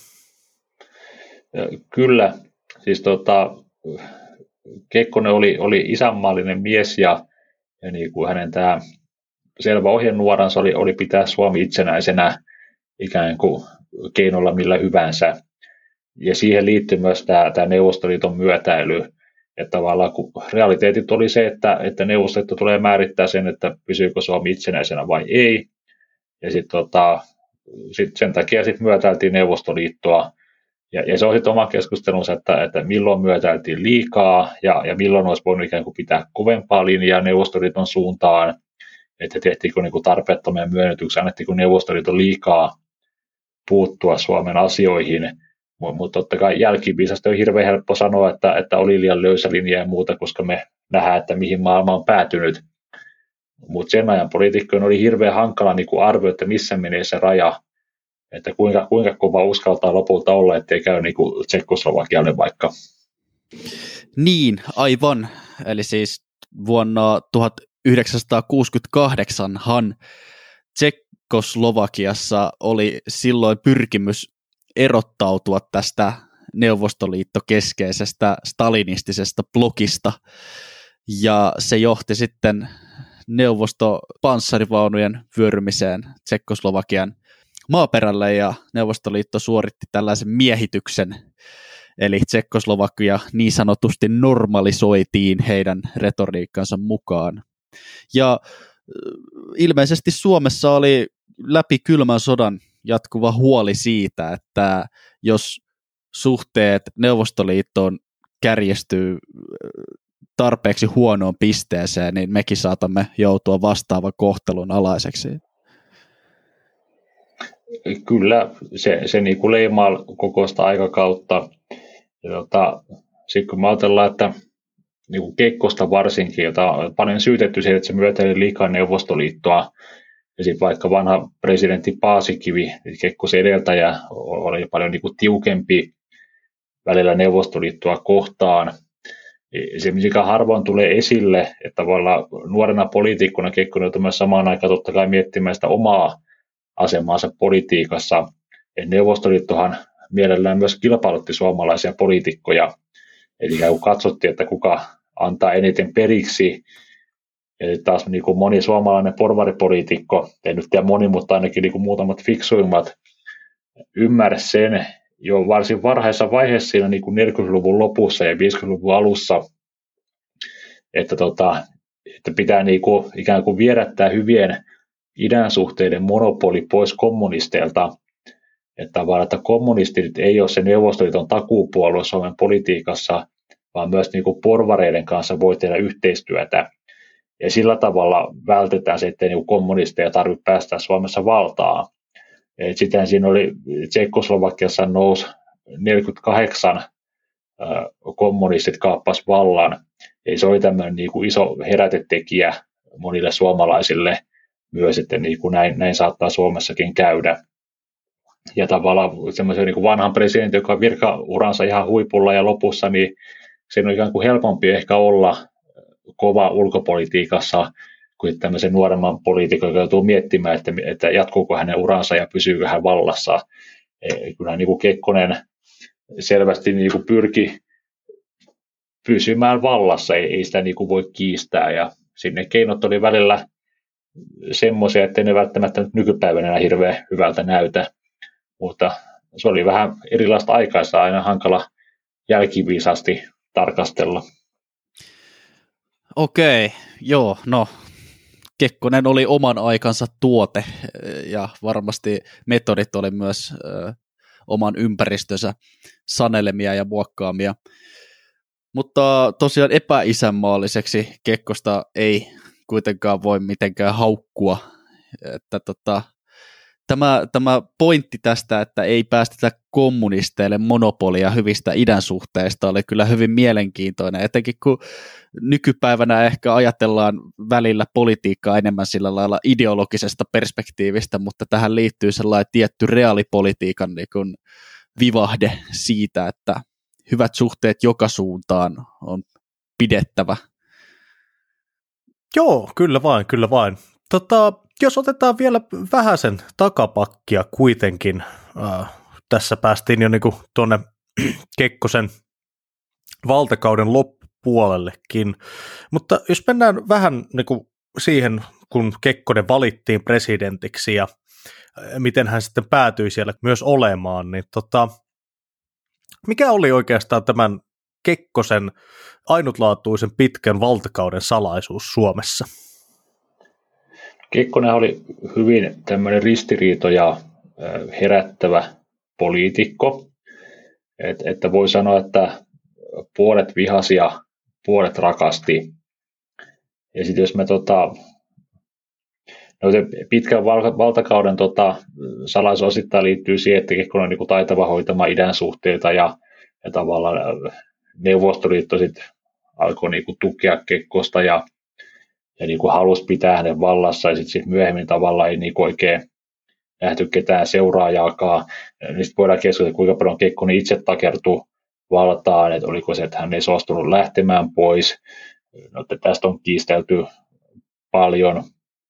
Kyllä, siis tota, Kekkonen oli, oli isänmaallinen mies ja, ja niin kuin hänen tämä selvä ohjenuoransa oli, oli pitää Suomi itsenäisenä ikään kuin keinolla millä hyvänsä. Ja siihen liittyy myös tämä, tämä Neuvostoliiton myötäily, että tavallaan kun realiteetit oli se, että, että Neuvostoliitto tulee määrittää sen, että pysyykö Suomi itsenäisenä vai ei. Ja sitten tota, sit sen takia sit myötäiltiin Neuvostoliittoa. Ja, ja se on sitten oma keskustelunsa, että, että milloin myötäiltiin liikaa ja, ja milloin olisi voinut ikään kuin pitää kovempaa linjaa Neuvostoliiton suuntaan. Että tehtiinkö niin kuin tarpeettomia myönnytyksiä, annettiinko Neuvostoliiton liikaa puuttua Suomen asioihin. Mutta totta kai jälkiviisasta on hirveän helppo sanoa, että, että oli liian löysä linja ja muuta, koska me nähdään, että mihin maailma on päätynyt. Mutta sen ajan poliitikkojen oli hirveän hankala niin kuin arvioida, että missä menee se raja, että kuinka, kuinka kova uskaltaa lopulta olla, ettei käy niin kuin Tsekkoslovakialle vaikka. Niin, aivan. Eli siis vuonna tuhatyhdeksänsataakuusikymmentäkahdeksanhan Tsekkoslovakiassa oli silloin pyrkimys erottautua tästä neuvostoliittokeskeisestä stalinistisesta blokista, ja se johti sitten neuvostopanssarivaunujen vyörymiseen Tsekkoslovakian maaperälle, ja Neuvostoliitto suoritti tällaisen miehityksen, eli Tsekkoslovakia niin sanotusti normalisoitiin heidän retoriikkansa mukaan. Ja ilmeisesti Suomessa oli läpi kylmän sodan jatkuva huoli siitä, että jos suhteet Neuvostoliittoon kärjestyy tarpeeksi huonoon pisteeseen, niin mekin saatamme joutua vastaavan kohtelun alaiseksi. Kyllä, se, se niin kuin leimaa koko sitä aikakautta. Tota, sitten kun me ajatellaan, että niin kuin Kekkosta varsinkin, jota on paljon syytetty siitä, että se myötäili liikaa Neuvostoliittoa, ja sitten vaikka vanha presidentti Paasikivi, Kekkosen edeltäjä, oli paljon niin kuin tiukempi välillä Neuvostoliittoa kohtaan. Se, mikä harvoin tulee esille, että tavallaan nuorena poliitikkona Kekkonen joutui myös samaan aikaan totta kai miettimään sitä omaa asemaansa politiikassa. Et Neuvostoliittohan mielellään myös kilpailutti suomalaisia poliitikkoja, eli kun katsottiin, että kuka antaa eniten periksi. Eli taas niin kuin moni suomalainen porvaripoliitikko, ei nyt tiedä moni, mutta ainakin niin kuin muutamat fiksuimmat, ymmärsi sen jo varsin varhaisessa vaiheessa siinä niin kuin neljäkymmentäluvun lopussa ja viisikymmentäluvun alussa, että, tota, että pitää niin kuin, ikään kuin vierättää hyvien idän suhteiden monopoli pois kommunisteilta, että vaan että kommunistit ei ole se Neuvostoliiton takuupuolue Suomen politiikassa, vaan myös niin kuin porvareiden kanssa voi tehdä yhteistyötä. Ja sillä tavalla vältetään se, ettei niin kommunisteja tarvitse päästä Suomessa valtaan. Sitten siinä oli Tsekkoslovakiassa nousi neljäkymmentäkahdeksan äh, kommunistit kaappas vallan. Eli se oli tämmöinen niin kuin iso herätetekijä monille suomalaisille myös, että niin kuin näin, näin saattaa Suomessakin käydä. Ja tavallaan semmoisen niin kuin vanhan presidentin, joka on virkauransa ihan huipulla ja lopussa, niin sen on ikään kuin helpompi ehkä olla kova ulkopolitiikassa kuin tämmöisen nuoremman poliitikon, joka joutuu miettimään, että, että jatkuuko hänen uransa ja pysyykö hän vallassa. Kyllä niin kuin Kekkonen selvästi niin kuin pyrki pysymään vallassa, ei, ei sitä niin kuin voi kiistää, ja sinne keinot oli välillä semmoisia, ettei ne välttämättä nyt nykypäivänä enää hirveän hyvältä näytä, mutta se oli vähän erilaista aikaista, aina hankala jälkiviisasti tarkastella. Okei, joo, no Kekkonen oli oman aikansa tuote ja varmasti metodit oli myös ö, oman ympäristönsä sanelemia ja muokkaamia, mutta tosiaan epäisänmaalliseksi Kekkosta ei kuitenkaan voi mitenkään haukkua, että tota, tämä, tämä pointti tästä, että ei päästetä kommunisteille monopolia hyvistä idänsuhteista oli kyllä hyvin mielenkiintoinen, etenkin kun nykypäivänä ehkä ajatellaan välillä politiikkaa enemmän sillä lailla ideologisesta perspektiivistä, mutta tähän liittyy sellainen tietty reaalipolitiikan niin kuin vivahde siitä, että hyvät suhteet joka suuntaan on pidettävä. Joo, kyllä vain, kyllä vain. Tota, jos otetaan vielä vähäsen takapakkia kuitenkin, äh, tässä päästiin jo niinku tuonne Kekkosen valtakauden loppupuolellekin, mutta jos mennään vähän niinku siihen, kun Kekkonen valittiin presidentiksi ja miten hän sitten päätyi siellä myös olemaan, niin tota, mikä oli oikeastaan tämän Kekkosen ainutlaatuisen pitkän valtakauden salaisuus Suomessa? Kekkonen oli hyvin tämmöinen ristiriitoja herättävä poliitikko, Et, että voi sanoa, että puolet vihasi ja puolet rakasti. Ja sitten jos me tota, no, pitkän valtakauden tota, salaisuus osittain liittyy siihen, että Kekkonen on niin kuin taitava hoitamaan idän suhteita ja, ja tavallaan Neuvostoliitto sitten alkoi niin kuin tukea Kekkosta ja, ja niin kuin halusi pitää hänen vallassa ja sitten sit myöhemmin tavallaan ei niin kuin oikein nähty ketään seuraajaakaan. Niin sitten voidaan keskustella, kuinka paljon Kekkonen itse takertui valtaan, että oliko se, että hän ei suostunut lähtemään pois. No, tästä on kiistelty paljon.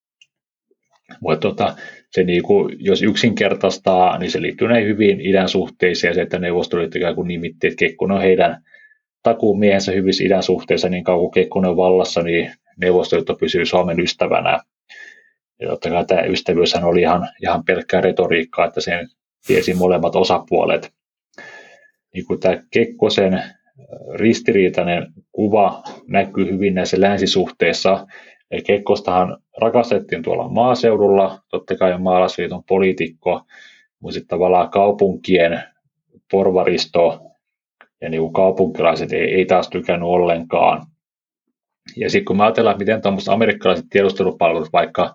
Mutta tota, se niinku, jos yksinkertaistaa, niin se liittyy näihin hyvin idän suhteisiin ja se, että Neuvostoliitto ikään kuin nimitti, että Kekkonen on heidän takuumiehensä hyvissä idän suhteissa, niin kauan kuin Kekkonen on vallassa, niin Neuvostoliitto pysyy Suomen ystävänä. Ja totta kai tämä ystävyyshän oli ihan, ihan pelkkää retoriikkaa, että sen tiesi molemmat osapuolet. Niin kuin tämä Kekkosen ristiriitainen kuva näkyy hyvin näissä länsisuhteissa. Eli Kekkostahan rakastettiin tuolla maaseudulla, totta kai maalaisliiton poliitikko, mutta sitten tavallaan kaupunkien porvaristo ja niin kuin kaupunkilaiset ei, ei taas tykännyt ollenkaan. Ja sitten kun me ajatellaan, miten tuommoiset amerikkalaiset tiedustelupalvelut vaikka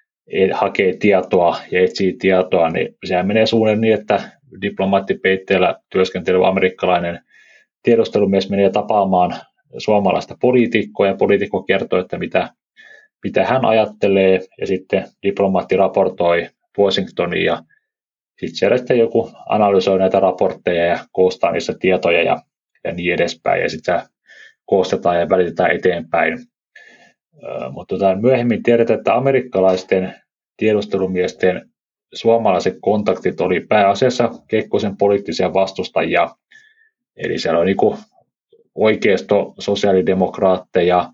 hakee tietoa ja etsii tietoa, niin sehän menee suunnilleen niin, että diplomaattipeitteellä työskentelevä amerikkalainen tiedustelumies menee tapaamaan suomalaista poliitikkoa ja poliitikko kertoo, että mitä, mitä hän ajattelee ja sitten diplomaatti raportoi Washingtoniin ja sitten siellä sitten joku analysoi näitä raportteja ja koostaa niissä tietoja ja, ja niin edespäin ja sitten koostetaan ja välitetään eteenpäin. Mutta tota, myöhemmin tiedetään, että amerikkalaisten tiedustelumiesten suomalaiset kontaktit oli pääasiassa Kekkosen poliittisia vastustajia. Eli siellä on niinku oikeisto, sosiaalidemokraatteja,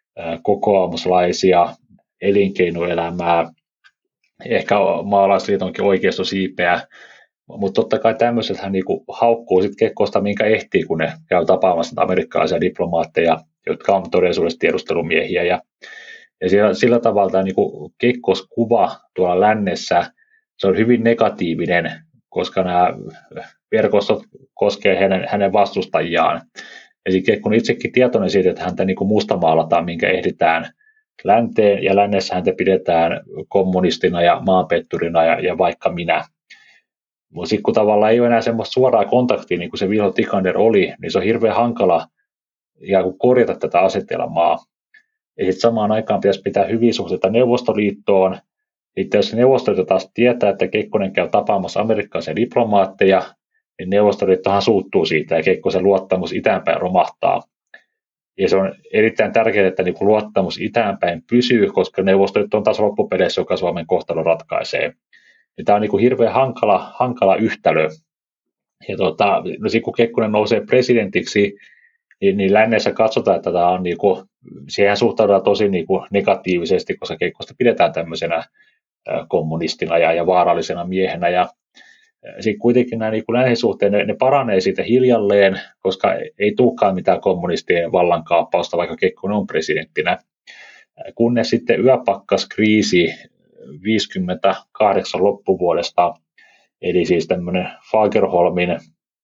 kokoomuslaisia, elinkeinoelämää, ehkä maalaisliitonkin oikeistosiipeä. Mutta totta kai tämmöisethän niinku haukkuu sit Kekkosta, minkä ehtii, kun ne käy tapaamassa amerikkalaisia diplomaatteja, jotka on todellisuudessa tiedustelumiehiä. Ja, ja sillä, sillä tavalla tämä niinku Kekkos-kuva tuolla lännessä, se on hyvin negatiivinen, koska nämä verkostot koskee hänen, hänen vastustajiaan. Eli Kekkonen itsekin tietoinen siitä, että häntä niinku mustamaalataan, minkä ehditään länteen, ja lännessä häntä pidetään kommunistina ja maanpetturina ja, ja vaikka minä. Mutta sitten kun tavallaan ei ole enää semmoista suoraa kontaktia, niin kuin se Vilho Tikander oli, niin se on hirveän hankala ikään kuin korjata tätä asetelmaa. Ja sitten samaan aikaan pitäisi pitää hyviä suhteita Neuvostoliittoon. Sitten jos Neuvostoliitto taas tietää, että Kekkonen käy tapaamassa amerikkalaisia diplomaatteja, niin Neuvostoliittohan suuttuu siitä ja Kekkosen luottamus itäänpäin romahtaa. Ja se on erittäin tärkeää, että niin luottamus itäänpäin pysyy, koska Neuvostoliitto on taas loppupeleissä, joka Suomen kohtalon ratkaisee. Ja tämä on niin kuin hirveän hankala, hankala yhtälö. Ja tota, no sit kun Kekkonen nousee presidentiksi, niin, niin lännessä katsotaan, että tämä on niin kuin, siihen suhtaudutaan tosi niin kuin negatiivisesti, koska Kekkosta pidetään tämmöisenä kommunistina ja, ja vaarallisena miehenä. Ja sitten kuitenkin nämä niin lännen suhteen, ne, ne paranee siitä hiljalleen, koska ei tulekaan mitään kommunistien vallankaappausta, vaikka Kekkonen on presidenttinä. Kunnes sitten yöpakkaskriisi viisikymmentäkahdeksan loppuvuodesta, eli siis tämmöinen Fagerholmin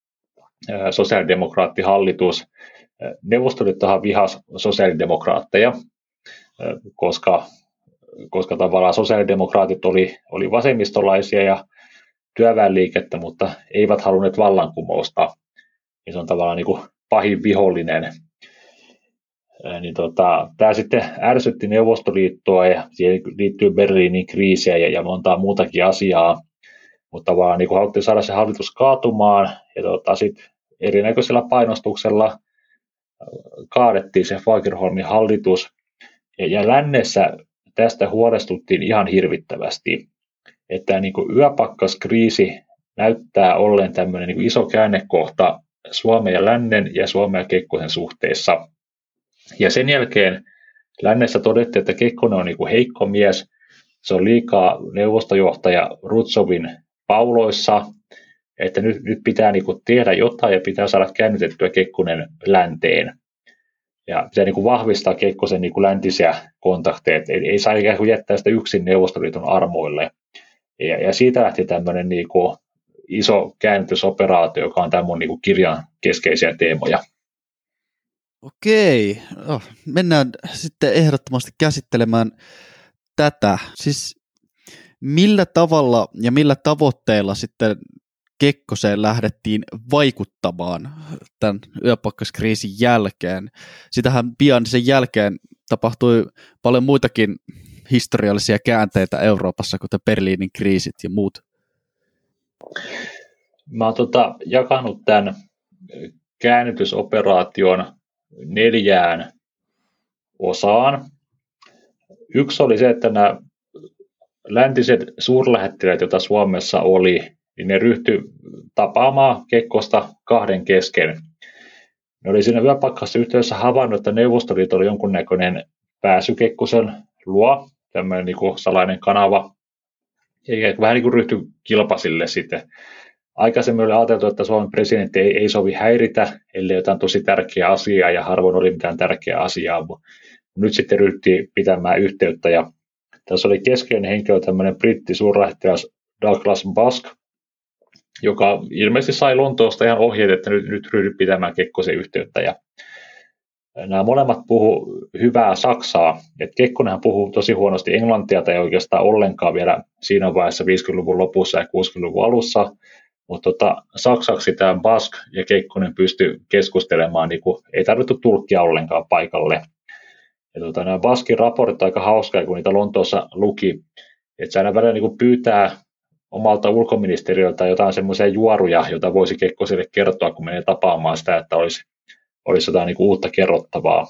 sosiaalidemokraattihallitus. Neuvostoliittohan vihasi sosiaalidemokraatteja, koska, koska tavallaan sosiaalidemokraatit oli, oli vasemmistolaisia ja työväenliikettä, mutta eivät halunneet vallankumousta. Niin se on tavallaan niin kuin pahin vihollinen. Niin tota, tämä sitten ärsytti Neuvostoliittoa ja siihen liittyy Berliinin kriisiä ja, ja montaa muutakin asiaa. Mutta tavallaan niin haluttiin saada se hallitus kaatumaan ja tota, sitten erinäköisellä painostuksella kaadettiin se Fagerholmin hallitus. Ja, ja lännessä tästä huolestuttiin ihan hirvittävästi, että niin kuin yöpakkaskriisi näyttää olleen tämmöinen niin kuin iso käännekohta Suomen ja lännen ja Suomen ja Kekkosen suhteessa. Ja sen jälkeen lännessä todettiin, että Kekkonen on niin kuin heikko mies, se on liikaa neuvostojohtaja Rutsovin pauloissa, että nyt, nyt pitää niin kuin tehdä jotain ja pitää saada käännytettyä Kekkonen länteen. Ja pitää niin kuin vahvistaa Kekkosen niin kuin läntisiä kontakteja, ei, ei saa ikään kuin jättää sitä yksin Neuvostoliiton armoille. Ja, ja siitä lähti tämmöinen niin kuin iso käännytysoperaatio, joka on tämän mun niin kuin kirjan keskeisiä teemoja. Okei, no, mennään sitten ehdottomasti käsittelemään tätä. Siis millä tavalla ja millä tavoitteilla sitten Kekkoseen lähdettiin vaikuttamaan tämän yöpakkaskriisin jälkeen? Sitähän pian sen jälkeen tapahtui paljon muitakin historiallisia käänteitä Euroopassa, kuten Berliinin kriisit ja muut. Mä oon tota, jakanut tämän käännytysoperaation neljään osaan. Yksi oli se, että nämä läntiset suurlähettiläät, joita Suomessa oli, niin ne ryhtyi tapaamaan Kekkosta kahden kesken. Ne oli siinä yöpakkassa yhteydessä havainnut, että Neuvostoliitolla oli jonkunnäköinen pääsy Kekkosen luo, tämmöinen niin kuin salainen kanava, ja vähän niin kuin ryhtyi kilpasille sitten. Aikaisemmin oli ajateltu, että Suomen presidentti ei, ei sovi häiritä, ellei jotain tosi tärkeää asiaa, ja harvoin oli mitään tärkeää asiaa. Nyt sitten ryhtyi pitämään yhteyttä, ja tässä oli keskeinen henkilö, tämmöinen britti-suurlähettiläs Douglas Busk, joka ilmeisesti sai Lontoosta ihan ohjeet, että nyt, nyt ryhdy pitämään Kekkosen yhteyttä. Ja nämä molemmat puhu hyvää saksaa. Et Kekkonenhan puhuu tosi huonosti englantia tai oikeastaan ollenkaan vielä siinä vaiheessa viisikymmentäluvun lopussa ja kuusikymmentäluvun alussa. Mutta tota, saksaksi tämä Busk ja Kekkonen pystyi keskustelemaan, niin kuin ei tarvittu tulkkia ollenkaan paikalle. Ja tota, nämä Buskin raportit aika hauskaa, kun niitä Lontoossa luki, että se aina välillä niin pyytää omalta ulkoministeriöltä jotain semmoisia juoruja, joita voisi Kekkoselle kertoa, kun menee tapaamaan sitä, että olisi, olisi jotain niin kuin uutta kerrottavaa.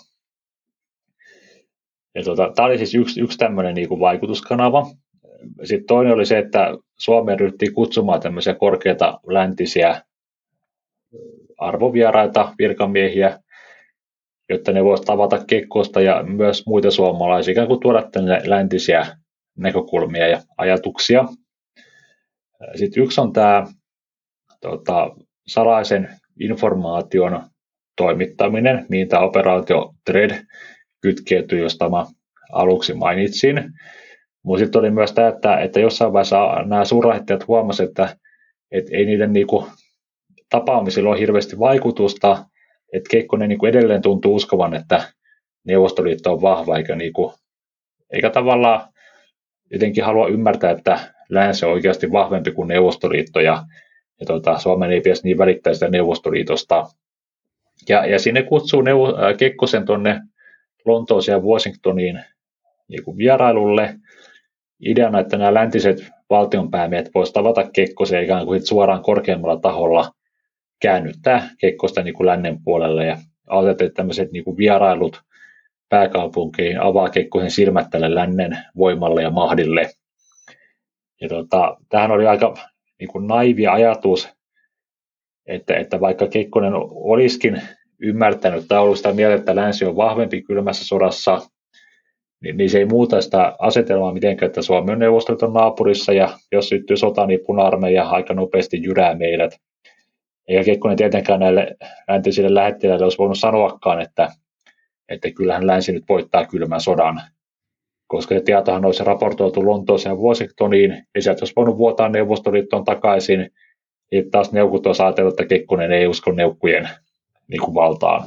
Ja tota, tämä oli siis yksi, yksi tämmöinen niin kuin vaikutuskanava. Sitten toinen oli se, että Suomeen ryhtyi kutsumaan tämmöisiä korkeita läntisiä arvovieraita, virkamiehiä, jotta ne voisivat tavata Kekkosta ja myös muita suomalaisia, ikään kuin tuoda tänne läntisiä näkökulmia ja ajatuksia. Sitten yksi on tämä tota, salaisen informaation toimittaminen, mihin tämä operaatio Dread kytkeytyi, josta mä aluksi mainitsin. Mutta sitten oli myös tämä, että, että jossain vaiheessa nämä suurlähettiläät huomasivat, että, että ei niiden niinku tapaamisilla ole hirveästi vaikutusta, että Kekkonen niinku edelleen tuntuu uskovan, että Neuvostoliitto on vahva, eikä, niinku, eikä tavallaan jotenkin halua ymmärtää, että länsi on oikeasti vahvempi kuin Neuvostoliitto, ja, ja tota, Suomen ei pitäisi niin välittää sitä Neuvostoliitosta. Ja, ja sinne kutsuu Neuvo- äh, Kekkosen tuonne Lontooseen ja Washingtoniin niin kuin vierailulle. Ideana, että nämä läntiset valtionpäämiehet voisivat tavata Kekkosen ikään kuin suoraan korkeammalla taholla käännyttää Kekkosta niin kuin lännen puolelle. Ja ajateltiin, että tämmöiset niin kuin vierailut pääkaupunkiin avaa Kekkosen silmät tälle lännen voimalle ja mahdille. Ja tota, tämähän oli aika niin kuin naivi ajatus, että, että vaikka Kekkonen olisikin ymmärtänyt tai ollut sitä mieltä, että länsi on vahvempi kylmässä sodassa, niin, niin se ei muuta sitä asetelmaa mitenkään, että Suomi on Neuvostoliiton naapurissa ja jos syttyy sota, niin puna-armeija aika nopeasti jyrää meidät. Eikä Kekkonen tietenkään näille läntisille lähettiläille olisi voinut sanoakaan, että, että kyllähän länsi nyt voittaa kylmän sodan, koska se tietohan olisi raportoitu Lontooseen ja Washingtoniin, ja sieltä olisi voinut vuotaa Neuvostoliittoon takaisin, ja taas neukut olisi ajatellut, että Kekkonen ei usko neukkujen niin kuin valtaan.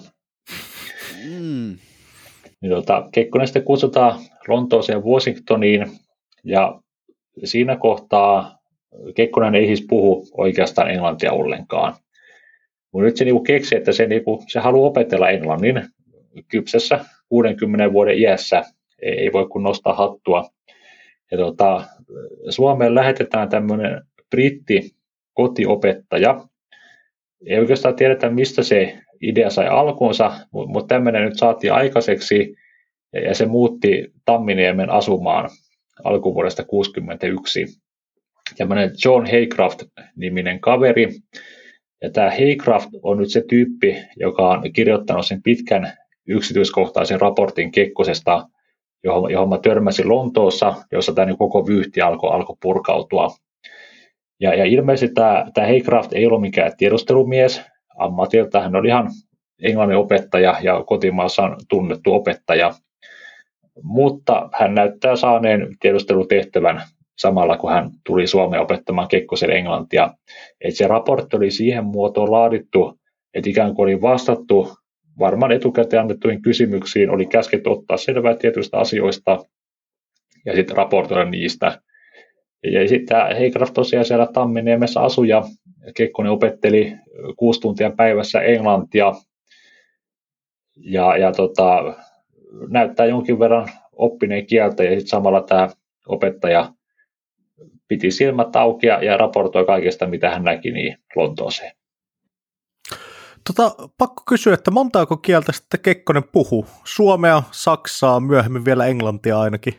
Mm. Niin tota, Kekkonen sitten kutsutaan Lontooseen ja Washingtoniin, ja siinä kohtaa Kekkonen ei siis puhu oikeastaan englantia ollenkaan. Mutta nyt se niinku keksi, että se, niinku, se haluaa opetella englannin kypsessä kuudenkymmenen vuoden iässä, ei, ei voi kun nostaa hattua. Ja tota, Suomeen lähetetään tämmöinen britti kotiopettaja. Ei oikeastaan tiedetä, mistä se idea sai alkuunsa, mutta mut tämmöinen nyt saatiin aikaiseksi, ja se muutti Tamminiemen asumaan alkuvuodesta kuusikymmentäyksi. Tämmöinen John Haycraft-niminen kaveri. Ja tämä Haycraft on nyt se tyyppi, joka on kirjoittanut sen pitkän yksityiskohtaisen raportin Kekkosesta, johon, johon mä törmäsin Lontoossa, jossa tämä koko vyyhti alkoi alko purkautua. Ja, ja ilmeisesti tämä, tämä Haycraft ei ollut mikään tiedustelumies ammatilta, hän oli ihan englannin opettaja ja kotimaassa on tunnettu opettaja, mutta hän näyttää saaneen tiedustelutehtävän samalla kun hän tuli Suomeen opettamaan Kekkoselle englantia. Et se raportti oli siihen muotoon laadittu, että ikään kuin oli vastattu varmaan etukäteen annettuihin kysymyksiin, oli käsketty ottaa selvää tietyistä asioista ja sitten raportoida niistä. Ja sitten tämä Haycraft tosiaan siellä Tamminiemessä asui ja Kekkonen opetteli kuusi tuntia päivässä englantia ja, ja tota, näyttää jonkin verran oppineen kieltä ja sitten samalla tämä opettaja piti silmät auki ja raportoi kaikesta, mitä hän näki niin Lontooseen. Tota, pakko kysyä, että montaako kieltä sitten Kekkonen puhuu? Suomea, Saksaa, myöhemmin vielä englantia ainakin.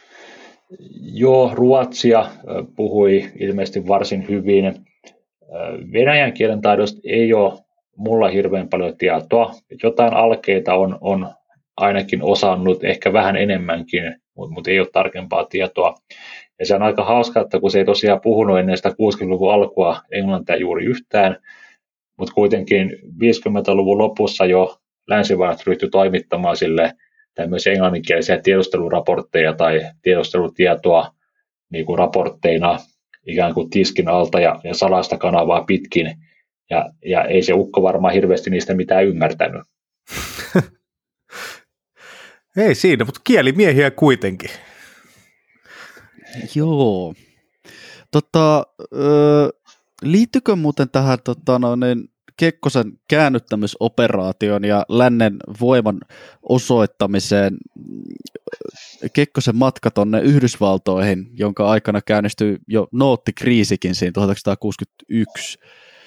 Joo, ruotsia puhui ilmeisesti varsin hyvin. Venäjän kielen taidosta ei ole mulla hirveän paljon tietoa. Jotain alkeita on, on ainakin osannut, ehkä vähän enemmänkin, mutta mut ei ole tarkempaa tietoa. Ja se on aika hauska, että kun se ei tosiaan puhunut ennen sitä kuusikymmentäluvun alkua englantia juuri yhtään, mutta kuitenkin viisikymmentäluvun lopussa jo länsimaat ryhtyi toimittamaan sille tämmöisiä englanninkielisiä tiedusteluraportteja tai tiedustelutietoa niin kuin raportteina ikään kuin tiskin alta ja, ja salaista kanavaa pitkin. Ja, ja ei se ukko varmaan hirveästi niistä mitään ymmärtänyt. Ei siinä, mutta kielimiehiä kuitenkin. Joo. Tota, ö, liittyykö muuten tähän tota, no, niin Kekkosen käännyttämisoperaation ja lännen voiman osoittamiseen Kekkosen matka tuonne Yhdysvaltoihin, jonka aikana käynnistyi jo noottikriisikin siinä tuhatyhdeksänsataakuusikymmentäyksi?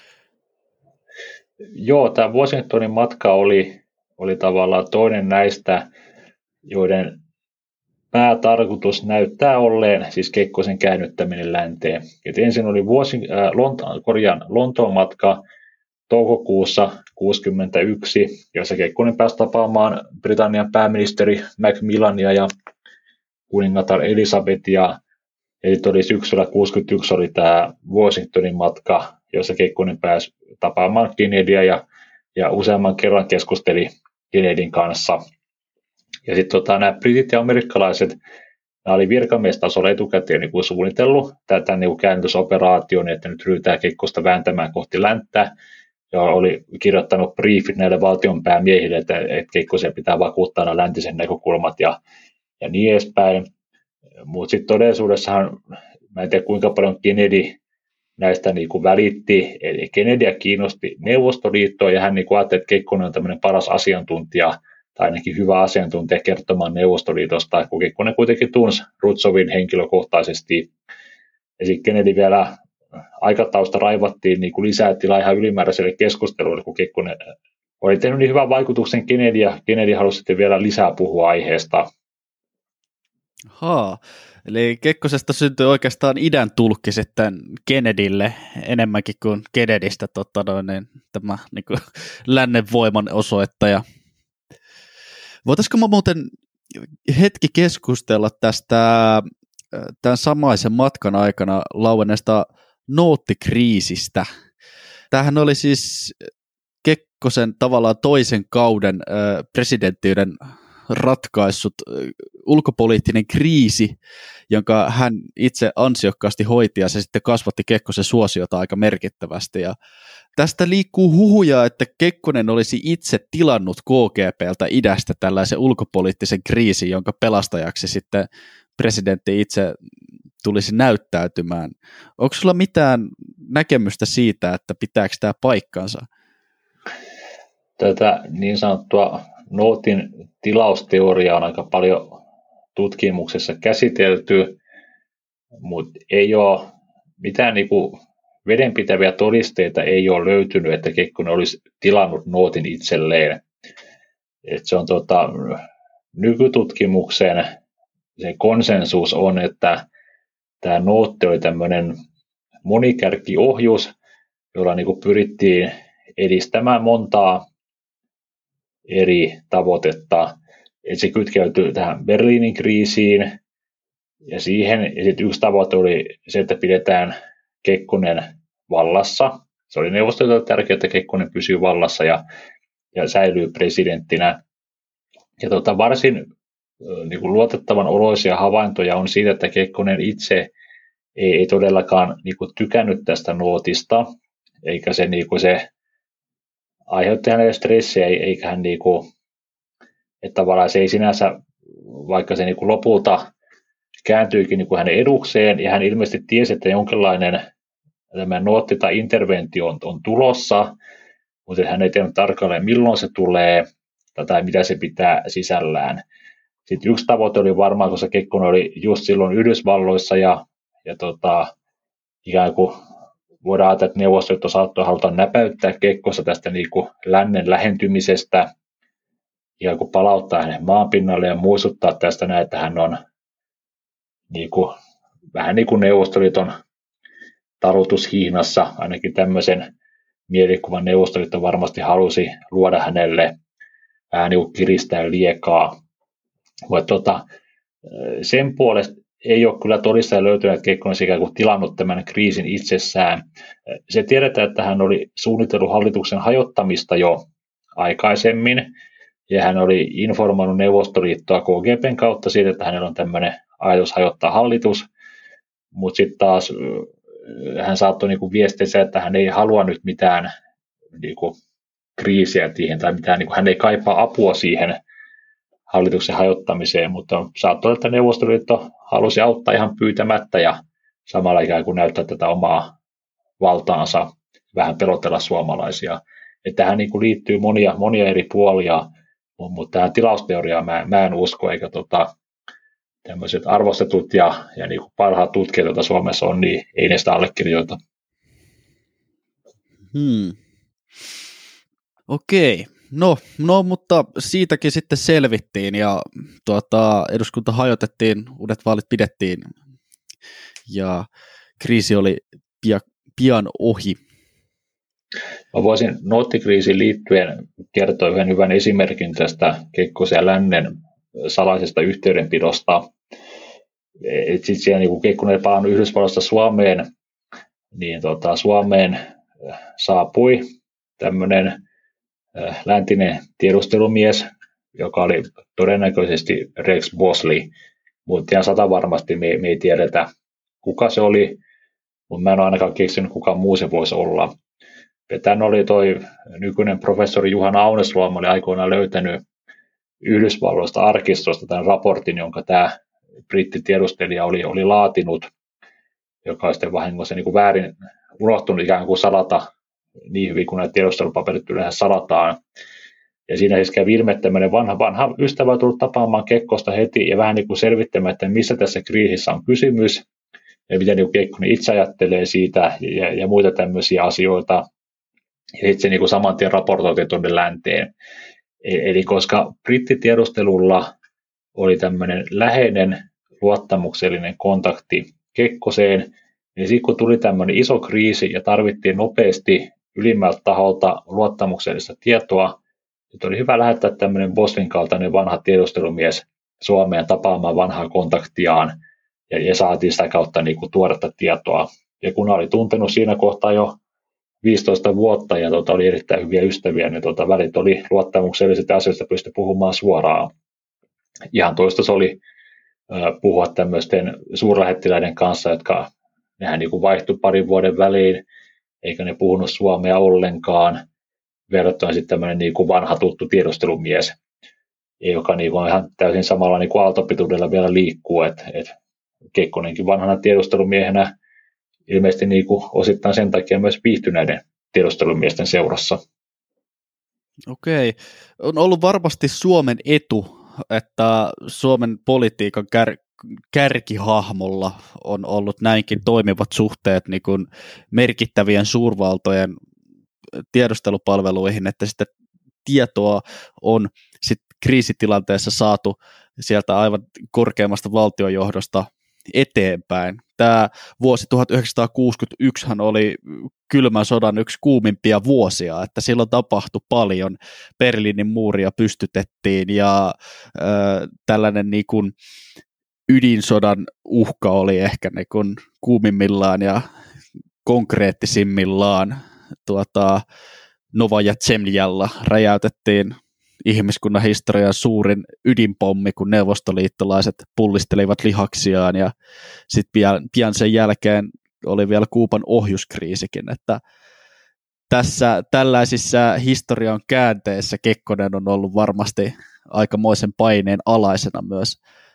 Joo, tämä Washingtonin matka oli, oli tavallaan toinen näistä, joiden päätarkoitus näyttää olleen siis Kekkosen käännyttäminen länteen. Et ensin oli vuosi, äh, Lonto, korjaan, Lontoon matka toukokuussa kuusikymmentäyksi, jossa Kekkonen pääsi tapaamaan Britannian pääministeri Macmillania ja kuningatar Elisabetia. Ja sitten oli syksyllä kuusikymmentäyksi oli tämä Washingtonin matka, jossa Kekkonen pääsi tapaamaan Kennedyä ja, ja useamman kerran keskusteli Kennedyn kanssa. Ja sitten tota, nämä britit ja amerikkalaiset, nämä oli virkamiestasolla etukäteen niin kuin suunnitellut tätä niin kuin käännytysoperaation, että nyt ryhdytään Kekkosta vääntämään kohti länttä. Ja oli kirjoittanut briefit näille valtionpäämiehille, että, että Kekkosen pitää vakuuttaa nämä läntisen näkökulmat ja, ja niin edespäin. Mutta sitten todellisuudessahan, mä en tiedä kuinka paljon Kennedy näistä niin kuin välitti, eli Kennedyä kiinnosti Neuvostoliittoa ja hän niin kuin ajatteli, että Kekkonen on tämmöinen paras asiantuntija, tai ainakin hyvä asiantuntija kertomaan Neuvostoliitosta, kun Kekkonen kuitenkin tunsi Rutsovin henkilökohtaisesti. Ja sitten Kennedy vielä aikatausta raivattiin niin kuin lisää tilaa ihan ylimääräiselle keskustelulle, kun Kekkonen oli tehnyt niin hyvän vaikutuksen Kennedy, ja Kennedy halusi sitten vielä lisää puhua aiheesta. Haa, eli Kekkosesta syntyi oikeastaan idän tulkki sitten Kennedylle enemmänkin kuin Kennedystä tota noin, niin, tämä niin kuin, lännen voiman osoittaja. Voitaisiko mä muuten hetki keskustella tästä tämän samaisen matkan aikana lauenneesta noottikriisistä? Tämähän oli siis Kekkosen tavallaan toisen kauden äh, presidenttiyden ratkaissut ulkopoliittinen kriisi, jonka hän itse ansiokkaasti hoiti, ja se sitten kasvatti Kekkosen suosiota aika merkittävästi. Ja tästä liikkuu huhuja, että Kekkonen olisi itse tilannut K G P:ltä idästä tällaisen ulkopoliittisen kriisin, jonka pelastajaksi sitten presidentti itse tulisi näyttäytymään. Onko sulla mitään näkemystä siitä, että pitääkö tämä paikkansa? Tätä niin sanottua nootin tilausteoriaa on aika paljon tutkimuksessa käsitelty, mutta ei ole mitään niinku vedenpitäviä todisteita ei ole löytynyt, että Kekkonen olisi tilannut nootin itselleen. Et se on tota, nykytutkimuksen se konsensus on, että tämä nootti oli tämmöinen monikärkiohjus, jolla niinku pyrittiin edistämään montaa eri tavoitetta. Et se kytkeytyi tähän Berliinin kriisiin ja siihen. Ja sitten yksi tavoite oli se, että pidetään Kekkonen vallassa. Se oli neuvostolle tärkeää, että Kekkonen pysyy vallassa ja, ja säilyy presidenttinä. Ja tota, varsin niin kuin luotettavan oloisia havaintoja on siitä, että Kekkonen itse ei, ei todellakaan niin kuin tykännyt tästä nootista, eikä se, niin kuin se aiheutti hänelle stressiä, eikä hän niin kuin, että tavallaan se ei sinänsä, vaikka se niin kuin lopulta kääntyikin niin kuin hänen edukseen, ja hän ilmeisesti tiesi, että jonkinlainen tämä nootti tai interventio on, on tulossa, mutta hän ei tiedä tarkalleen, milloin se tulee, tai mitä se pitää sisällään. Sitten yksi tavoite oli varmaan, koska Kekkonen oli just silloin Yhdysvalloissa, ja, ja tota, ikään kuin voidaan ajatella, että Neuvostoliitto saattoi haluta näpäyttää Kekkosta tästä niin kuin lännen lähentymisestä, ikään kuin palauttaa hänen maanpinnalle ja muistuttaa tästä näin, että hän on niin kuin, vähän niin kuin Neuvostoliiton talutushihnassa, ainakin tämmöisen mielikuvan Neuvostoliitto varmasti halusi luoda hänelle vähän niin kuin kiristää liekaa. Mutta tota, sen puolesta ei ole kyllä todistajia löytynyt, että Kekkonen olisi ikään kuin tilannut tämän kriisin itsessään. Se tiedetään, että hän oli suunnitellut hallituksen hajottamista jo aikaisemmin, ja hän oli informoinut Neuvostoliittoa K G P:n kautta siitä, että hänellä on tämmöinen ajatus hajottaa hallitus, mutta sitten taas hän saattoi niinku viestiä, että hän ei halua nyt mitään niinku kriisiä siihen, tai mitään, niinku, hän ei kaipaa apua siihen hallituksen hajottamiseen, mutta saattoi olla, että Neuvostoliitto halusi auttaa ihan pyytämättä ja samalla ikään kuin näyttää tätä omaa valtaansa, vähän pelotella suomalaisia. Että tähän niin kuin liittyy monia, monia eri puolia, mutta tähän tilausteoriaan mä, mä en usko, eikä tota, tämmöiset arvostetut ja, ja niin kuin parhaat tutkijat, joita Suomessa on, niin ei ne sitä allekirjoita. Hmm. Okei. No, no, mutta siitäkin sitten selvittiin ja tuota, eduskunta hajotettiin, uudet vaalit pidettiin ja kriisi oli pia, pian ohi. Mä voisin noottikriisiin liittyen kertoa yhden hyvän esimerkin tästä Kekkosen ja lännen salaisesta yhteydenpidosta. Sitten siellä niin kun Kekkonen oli palannut Yhdysvalloista Suomeen, niin tota, Suomeen saapui tämmöinen läntinen tiedustelumies, joka oli todennäköisesti Rex Bosley, mutta ihan sata varmasti me, me ei tiedetä, kuka se oli, mutta mä en ole ainakaan keksinyt, kuka muu se voisi olla. Ja tämän oli toi nykyinen professori Juha Naunesluoma oli aikoinaan löytänyt Yhdysvalloista arkistosta tämän raportin, jonka tämä brittitiedustelija oli, oli laatinut, joka oli sitten vahingossa niin kuin väärin unohtunut ikään kuin salata niin hyvin kuin näitä tiedustelupaperit yleensä salataan. Ja siinä siis kävi ilme, että tämmöinen vanha, vanha ystävä on tullut tapaamaan Kekkosta heti ja vähän niin kuin selvittämään, että missä tässä kriisissä on kysymys ja miten niin Kekkonen itse ajattelee siitä ja, ja muita tämmöisiä asioita. Ja sitten se niin kuin saman tien raportoitiin tuonne länteen. Eli koska brittitiedustelulla oli tämmöinen läheinen luottamuksellinen kontakti Kekkoseen, niin sitten kun tuli tämmöinen iso kriisi ja tarvittiin nopeasti ylimmältä taholta luottamuksellista tietoa, nyt oli hyvä lähettää tämmöinen Boslin kaltainen vanha tiedustelumies Suomeen tapaamaan vanhaa kontaktiaan, ja, ja saatiin sitä kautta niin kuin tuoretta tietoa. Ja kun oli tuntenut siinä kohtaa jo viisitoista vuotta ja tota, oli erittäin hyviä ystäviä, niin tota, välit oli luottamukselliset ja asioista pystyi puhumaan suoraan. Ihan toista se oli äh, puhua tämmöisten suurlähettiläiden kanssa, jotka nehän niin kuin vaihtui parin vuoden väliin, eikä ne puhunut suomea ollenkaan, verrattuna sitten tämmöinen niin kuin vanha tuttu tiedustelumies, joka niin kuin on ihan täysin samalla niin kuin aaltopituudella vielä liikkuu, että et Kekkonenkin vanhana tiedustelumiehenä ilmeisesti niin kuin osittain sen takia myös viihtyneiden tiedustelumiesten seurassa. Okei. On ollut varmasti Suomen etu, että Suomen politiikan kär, kärkihahmolla on ollut näinkin toimivat suhteet niin kuin merkittävien suurvaltojen tiedustelupalveluihin, että sitten tietoa on sit kriisitilanteessa saatu sieltä aivan korkeimmasta valtiojohdosta eteenpäin. Tämä vuosi tuhatyhdeksänsataakuusikymmentäyksi oli kylmän sodan yksi kuumimpia vuosia, että silloin tapahtui paljon. Berliinin muuria pystytettiin ja äh, tällainen niin kuin ydinsodan uhka oli ehkä niin kuin kuumimmillaan ja konkreettisimmillaan. Tuota, Novaja Zemljalla räjäytettiin ihmiskunnan historian suurin ydinpommi, kun neuvostoliittolaiset pullistelivat lihaksiaan, ja sitten pian, pian sen jälkeen oli vielä Kuuban ohjuskriisikin, että tässä tällaisissa historian käänteissä Kekkonen on ollut varmasti aikamoisen paineen alaisena myös,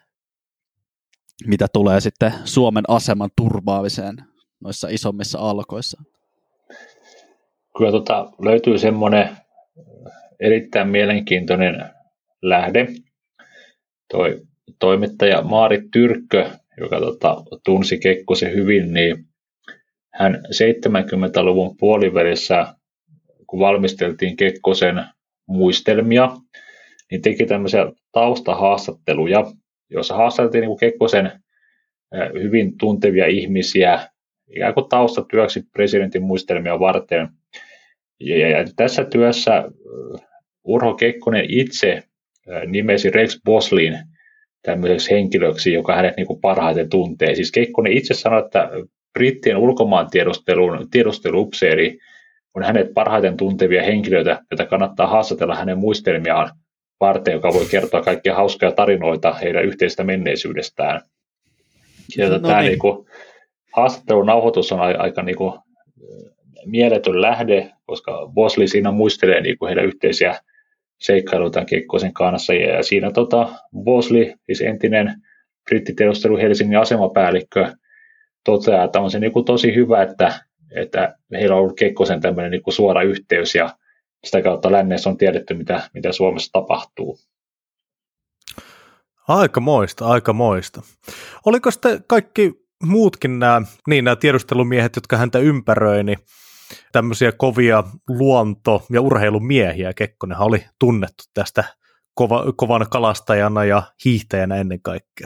mitä tulee sitten Suomen aseman turvaamiseen noissa isommissa alkoissa. Kyllä tota, löytyy semmoinen erittäin mielenkiintoinen lähde. Toi toimittaja Maarit Tyrkkö, joka tota, tunsi Kekkosen hyvin, niin hän seitsemänkymmentäluvun puolivälissä, kun valmisteltiin Kekkosen muistelmia, niin teki tämmöisiä taustahaastatteluja, joissa haastateltiin niin kuin Kekkosen hyvin tuntevia ihmisiä ikään kuin taustatyöksi presidentin muistelmia varten. Ja, ja tässä työssä Urho Kekkonen itse nimesi Rex Boslin tämmöiseksi henkilöksi, joka hänet niin kuin parhaiten tuntee. Siis Kekkonen itse sanoi, että brittien ulkomaantiedustelun tiedusteluupseeri on hänet parhaiten tuntevia henkilöitä, joita kannattaa haastatella hänen muistelmiaan varten, joka voi kertoa kaikkia hauskoja tarinoita heidän yhteisestä menneisyydestään. Ja no tämä niin. niin kuin, haastattelun nauhoitus on aika niin kuin, mieletön lähde, koska Bosley siinä muistelee niin kuin heidän yhteisiä seikkailuitaan Kekkosen kanssa, ja siinä tota, Bosley, siis entinen brittitiedustelu Helsingin asemapäällikkö, toteaa, että on se niin kuin tosi hyvä, että, että heillä on ollut Kekkosen tämmöinen niin kuin suora yhteys, ja sitä kautta lännessä on tiedetty, mitä, mitä Suomessa tapahtuu. Aika moista, aika moista. Oliko sitten kaikki muutkin nämä, niin nämä tiedustelumiehet, jotka häntä ympäröi, niin tämmöisiä kovia luonto- ja urheilumiehiä? Kekkonenhan oli tunnettu tästä kova, kovan kalastajana ja hiihtäjänä ennen kaikkea.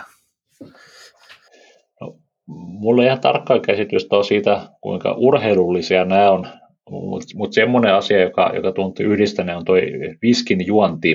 No, mulla ei ihan tarkkaa käsitystä ole siitä, kuinka urheilullisia nämä on, mutta mut semmoinen asia, joka, joka tuntuu yhdistäneen, on tuo viskin juonti.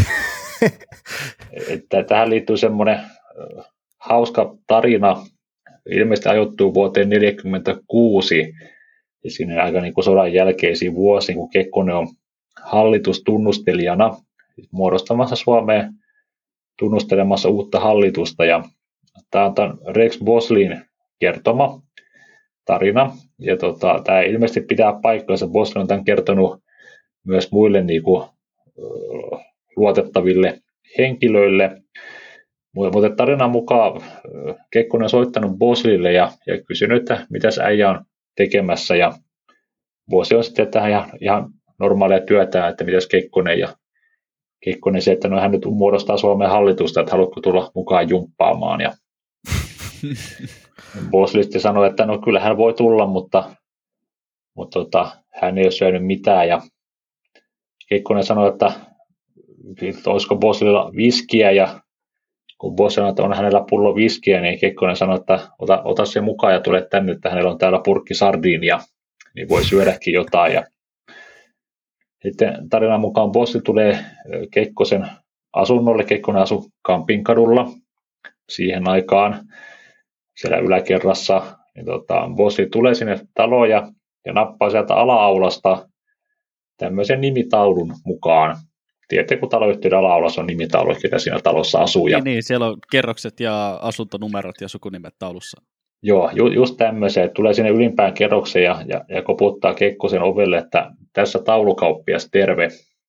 Että tähän liittyy semmoinen hauska tarina, ilmeisesti ajoittuu vuoteen tuhatyhdeksänsataaneljäkymmentäkuusi, ja siinä aika niin kuin sodan jälkeisiin vuosiin, kun Kekkonen on hallitustunnustelijana muodostamassa Suomeen tunnustelemassa uutta hallitusta. Ja tämä on tämän Rex Boslin kertoma tarina, ja tota, tämä ilmeisesti pitää paikkansa. Boslin on tämän kertonut myös muille niin kuin, luotettaville henkilöille. Mutta tarinan mukaan Kekkonen on soittanut Boslille ja, ja kysynyt, että mitäs äijä on tekemässä. Ja Bosli on sitten tähän ihan, ihan normaalia työtä, että mitäs Kekkonen. Ja Kekkonen se, että no hän nyt muodostaa Suomen hallitusta, että haluatko tulla mukaan jumppaamaan. Ja Bosli sitten sanoi, että no kyllä hän voi tulla, mutta, mutta tota, hän ei ole syönyt mitään. Ja Kekkonen sanoi, että olisiko Boslilla viskiä, ja kun Boss sanoi, että on hänellä pullo viskiä, niin Kekkonen sanoi, että ota, ota se mukaan ja tule tänne, että hänellä on täällä purkki sardiinia, niin voi syödäkin jotain. Ja sitten tarinan mukaan Bossi tulee Kekkosen asunnolle. Kekkonen asui Kampinkadulla siihen aikaan siellä yläkerrassa. Niin tota, Bossi tulee sinne taloon ja, ja nappaa sieltä ala-aulasta tämmöisen nimitaulun mukaan. Tiedätte, kun taloyhtiöiden ala-aulassa on nimitaulu, ketä siinä talossa asuu. Ja... Niin, niin, siellä on kerrokset ja asuntonumerot ja sukunimet taulussa. Joo, ju, just tämmöiseen. Tulee sinne ylimpään kerrokseen ja, ja, ja koputtaa Kekkosen ovelle, että tässä taulukauppias, terve.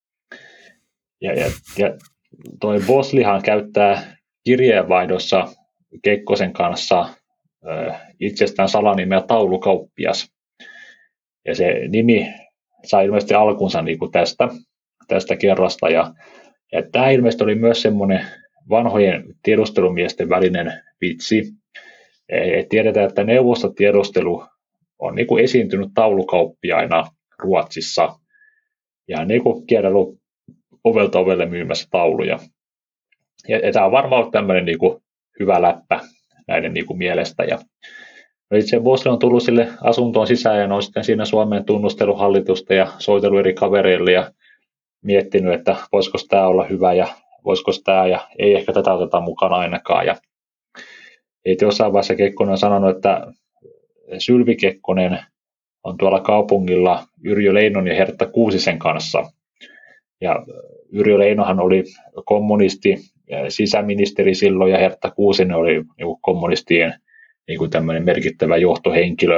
Ja, ja, ja toi Bosslihan käyttää kirjeenvaihdossa Kekkosen kanssa äh, itsestään salanimeä taulukauppias. Ja se nimi sai ilmeisesti alkunsa niin kuin tästä, tästä kerrasta. Ja, ja tämä ilmeisesti oli myös semmoinen vanhojen tiedustelumiesten välinen vitsi. Et tiedetään, että neuvostotiedustelu on niin kuin esiintynyt taulukauppiaina Ruotsissa. Ja niin kuin kierrellyt ovelta ovelle myymässä tauluja. Ja, ja tämä on varmaan ollut tämmöinen niin kuin hyvä läppä näiden niin kuin mielestä. Ja itse Bossli on tullut sille asuntoon sisään ja on sitten siinä Suomen tunnusteluhallitusta ja soitellut eri kavereille ja miettinyt, että voisiko tämä olla hyvä ja voisiko tämä ja ei ehkä tätä oteta mukana ainakaan. Ja jossain vaiheessa Kekkonen on sanonut, että Sylvi Kekkonen on tuolla kaupungilla Yrjö Leinon ja Hertta Kuusisen kanssa. Ja Yrjö Leinohan oli kommunisti sisäministeri silloin ja Hertta Kuusinen oli niin kommunistien niin kuin tämmöinen merkittävä johtohenkilö.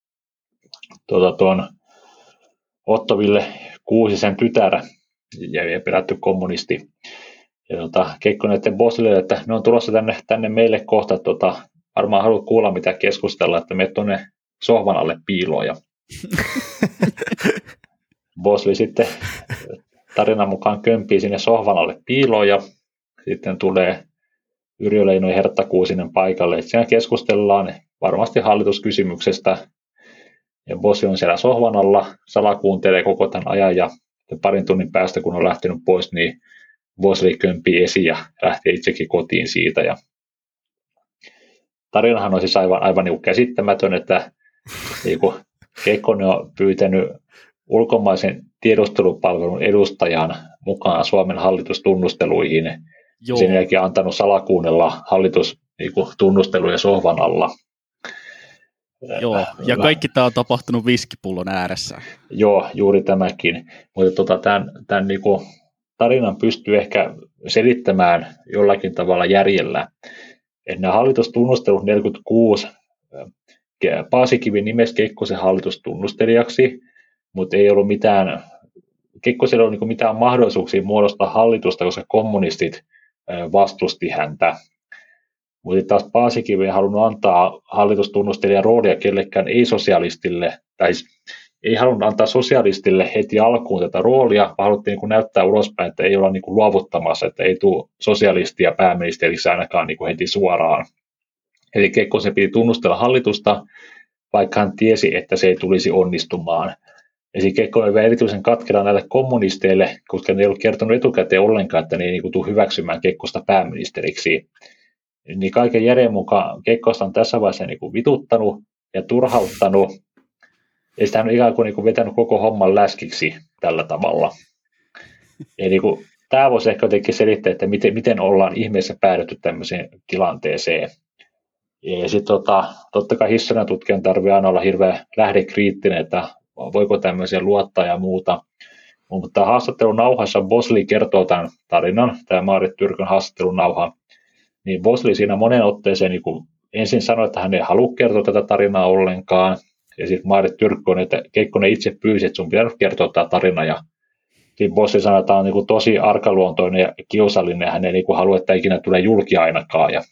Tuota, tuon Otto Ville Kuusisen tytär ja perätty kommunisti. Ja tuota, Kekkonen ja Bossille, että ne on tulossa tänne, tänne meille kohta, tuota, varmaan haluat kuulla mitä keskustella, että me tuonne sohvan alle piiloon. Ja Bossli sitten tarinan mukaan kömpii sinne sohvan alle piiloon ja sitten tulee Yrjö Leino ja Hertta Kuusinen paikalle. Siinä keskustellaan varmasti hallituskysymyksestä ja Bossli on siellä sohvan alla, salakuuntelee koko tämän ajan ja parin tunnin päästä kun on lähtenyt pois, niin Bossli kömpii esiin ja lähtee itsekin kotiin siitä. Ja tarinahan on siis aivan, aivan niin käsittämätön, että niin kuin Kekkonen on pyytänyt ulkomaisen tiedustelupalvelun edustajan mukaan Suomen hallitustunnusteluihin. Joo. Sen jälkeen antanut salakuunnella hallitustunnusteluja sohvan alla. Joo, ja kaikki tämä on tapahtunut viskipullon ääressä. Joo, juuri tämäkin. Mutta tota, tämän, tämän niin kuin tarinan pystyy ehkä selittämään jollakin tavalla järjellä. Että nämä hallitustunnustelut neljäkymmentäkuusi, Paasikivi nimesi Kekkosen hallitustunnustelijaksi, mutta ei ollut mitään, Kekkosella ei ollut niin mitään mahdollisuuksia muodostaa hallitusta, koska kommunistit vastusti häntä. Mutta taas Paasikivi ei halunnut antaa hallitustunnustelijan roolia kellekään ei-sosialistille, tai ei halunnut antaa sosialistille heti alkuun tätä roolia, vaan haluttiin niin näyttää ulospäin, että ei olla niin luovuttamassa, että ei tule sosialistia pääministeriksi ainakaan niin heti suoraan. Eli Kekkosen piti tunnustella hallitusta, vaikka hän tiesi, että se ei tulisi onnistumaan. Eli Kekkonen oli erityisen katkera näille kommunisteille, koska ne ei ollut kertonut etukäteen ollenkaan, että ne ei niin tule hyväksymään Kekkosta pääministeriksi. Niin kaiken järjen mukaan Kekkosta on tässä vaiheessa niin vituttanut ja turhauttanut, ja sitä hän on ikään kuin, niin kuin vetänyt koko homman läskiksi tällä tavalla. Ja niin kuin, tämä voisi ehkä jotenkin selittää, että miten, miten ollaan ihmeessä päädytty tämmöiseen tilanteeseen. Ja sitten tota, totta kai historiantutkijan tarvitsee aina olla hirveän lähdekriittinen, että voiko tämmöisiä luottaa ja muuta. Mutta haastattelun nauhassa Bossli kertoo tämän tarinan, tämä Maarit Tyrkön haastattelun nauha. Niin Bossli siinä monen otteeseen niin kuin ensin sanoi, että hän ei halua kertoa tätä tarinaa ollenkaan. Ja sitten Maarit Tyrkkö on, että Kekkonen itse pyysi, että sun pitää kertoa tämä tarina. Ja sitten Bossli sanoi, että tämä on niin kuin tosi arkaluontoinen ja kiusallinen. Hän ei niin kuin halua, että ikinä tulee julki ainakaan. Ja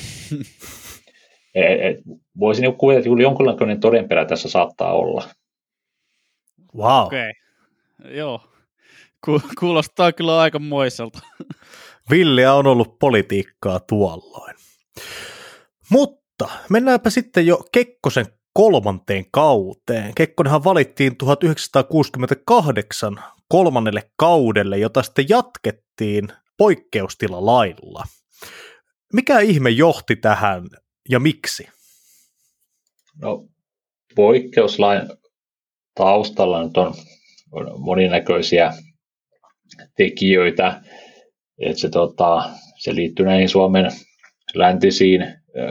voisin niin kuvitella, että jonkunlainen todenperä tässä saattaa olla. Wow. Okei, okay. Joo. Ku- kuulostaa kyllä aika moiselta. Villiä on ollut politiikkaa tuolloin. Mutta mennäänpä sitten jo Kekkosen kolmanteen kauteen. Kekkonenhan valittiin tuhatyhdeksänsataakuusikymmentäkahdeksan kolmannelle kaudelle, jota sitten jatkettiin poikkeustilalailla. Mikä ihme johti tähän ja miksi? No, poikkeuslain taustalla nyt on, on moninäköisiä tekijöitä, että se, tota, se liittyy näihin Suomen läntisiin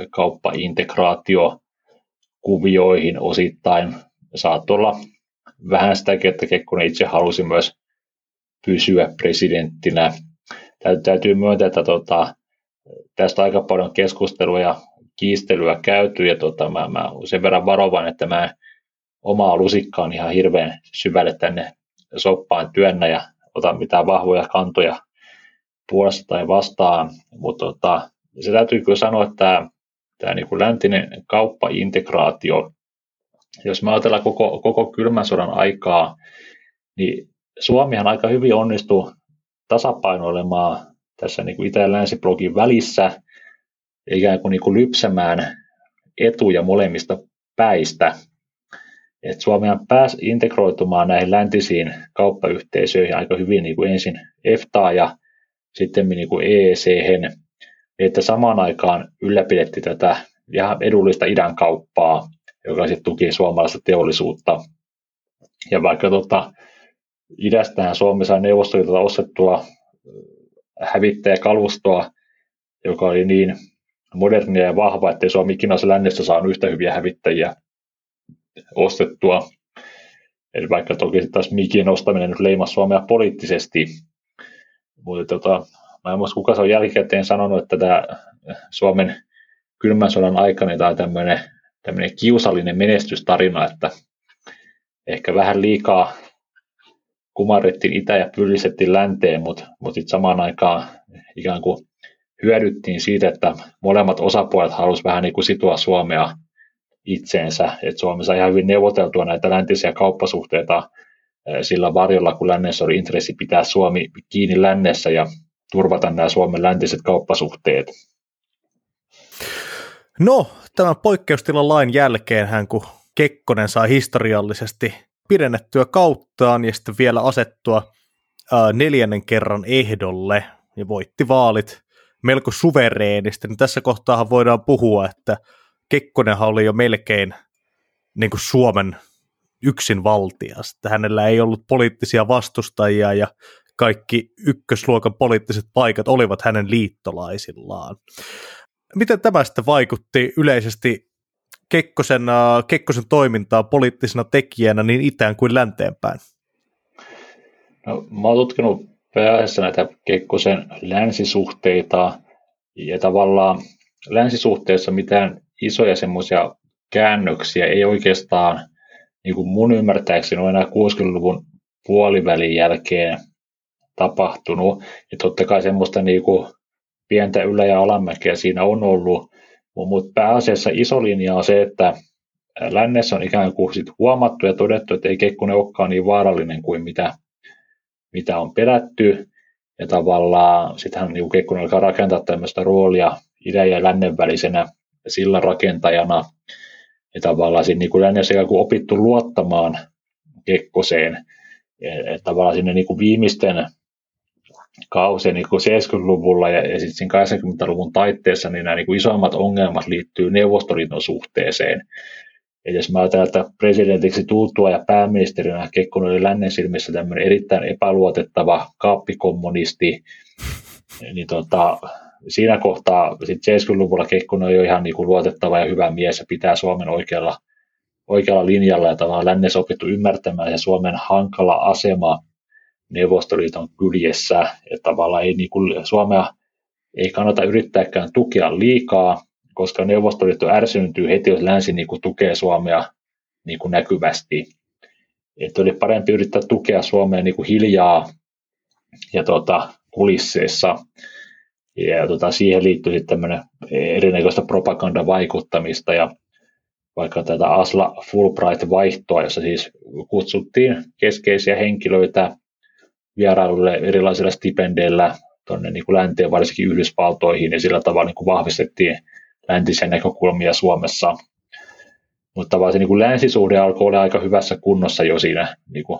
kauppaintegraatiokuvioihin osittain. Saattoi olla vähän sitäkin, että Kekkonen itse halusi myös pysyä presidenttinä. Täytyy myöntää, että tota, tästä aika paljon keskustelua ja kiistelyä käyty, ja tota, mä, mä sen verran varovan, että mä omaa lusikkaan ihan hirveän syvälle tänne soppaan työnnä ja ota mitään vahvoja kantoja puolesta tai vastaan, mutta tota, se täytyy kyllä sanoa, että tämä, tämä niin kuin läntinen kauppaintegraatio, jos me ajatellaan koko, koko kylmän sodan aikaa, niin Suomihan aika hyvin onnistui tasapainoilemaan tässä niin kuin itä- ja länsiblogin välissä, ikään kuin, niin kuin lypsämään etuja molemmista päistä. Et Suomihan pääsi integroitumaan näihin läntisiin kauppayhteisöihin aika hyvin niin kuin ensin E F T A ja sitten niin kuin E E C-hen, että samaan aikaan ylläpidettiin tätä ihan edullista idän kauppaa, joka sitten tuki suomalaista teollisuutta. Ja vaikka tota, idästähän Suomi sai Neuvostoliitolta ostettua hävittäjäkalustoa, joka oli niin modernia ja vahva, ettei Suomi ikinä olisi lännestä saanut yhtä hyviä hävittäjiä ostettua. Eli vaikka toki taas Migin ostaminen nyt leimasi Suomea poliittisesti, mutta tota, mä en muista kuka se on jälkikäteen sanonut, että tämä Suomen kylmän sodan aikana tämä on tämmöinen, tämmöinen kiusallinen menestystarina, että ehkä vähän liikaa kumarrettiin itä- ja pyllisettiin länteen, mutta, mutta sitten samaan aikaan ikään kuin hyödyttiin siitä, että molemmat osapuolet halusivat vähän niin kuin sitoa Suomea itseensä, että Suomessa ihan hyvin neuvoteltua näitä läntisiä kauppasuhteita sillä varjolla, kun lännessä oli intressi pitää Suomi kiinni lännessä ja turvata nämä Suomen läntiset kauppasuhteet. No, tämän poikkeustilan lain jälkeen hän, kun Kekkonen sai historiallisesti pidennettyä kauttaan ja sitten vielä asettua ää, neljännen kerran ehdolle ja voitti vaalit melko suvereenisti, niin tässä kohtaa voidaan puhua, että Kekkonenhan oli jo melkein niin kuin Suomen yksinvaltias, että hänellä ei ollut poliittisia vastustajia ja kaikki ykkösluokan poliittiset paikat olivat hänen liittolaisillaan. Miten tämä sitten vaikutti yleisesti Kekkosen, äh, Kekkosen toimintaan poliittisena tekijänä niin itään kuin länteenpäin? No, mä oon tutkinut pääasiassa näitä Kekkosen länsisuhteita, ja tavallaan länsisuhteissa mitään isoja semmoisia käännöksiä ei oikeastaan niin kuin mun ymmärtääkseni ole enää kuusikymmentäluvun puolivälin jälkeen tapahtunut. Ja totta kai semmoista niin kuin pientä ylä- ja alamäkeä siinä on ollut, mutta pääasiassa iso linja on se, että lännessä on ikään kuin sit huomattu ja todettu, että ei Kekkonen olekaan niin vaarallinen kuin mitä, mitä on pelätty. Ja tavallaan sittenhän niin Kekkonen alkaa rakentaa tämmöistä roolia idän ja lännen välisenä sillan rakentajana. Ja tavallaan siinä niin kuin lännessä ikään kuin opittu luottamaan Kekkoseen. Ja tavallaan sinne niin kuin viimeisten kausien niin kuin seitsemänkymmentäluvulla ja, ja sitten siinä kahdeksankymmentäluvun taitteessa niin nämä niin kuin isoimmat ongelmat liittyy Neuvostoliiton suhteeseen. Ja jos mä ajatellaan, että presidentiksi tultua ja pääministerinä Kekkonen oli lännen silmissä tämmöinen erittäin epäluotettava kaappikommunisti, niin tota, siinä kohtaa sitten seitsemänkymmentäluvulla Kekkonen on jo ihan niin kuin luotettava ja hyvä mies ja pitää Suomen oikealla, oikealla linjalla ja tavallaan lännessä opittu ymmärtämään ja Suomen hankala asema Neuvostoliiton kyljessä, että tavallaan ei niin kuin Suomea ei kannata yrittääkään tukea liikaa, koska Neuvostoliitto ärsyntyy heti, jos länsi niin kuin tukee Suomea niin kuin näkyvästi. Että oli parempi yrittää tukea Suomea niin kuin hiljaa ja tota, kulisseissa. Ja tota, siihen liittyy sitten tämmöinen erinäköistä propagandavaikuttamista ja vaikka tätä Asla Fulbright-vaihtoa, jossa siis kutsuttiin keskeisiä henkilöitä vierailulle erilaisilla stipendeillä tuonne niin kuin länteen, varsinkin Yhdysvaltoihin, ja sillä tavalla niin kuin vahvistettiin läntisiä näkökulmia Suomessa. Mutta tavallaan se niin kuin länsisuhde alkoi olla aika hyvässä kunnossa jo siinä niin kuin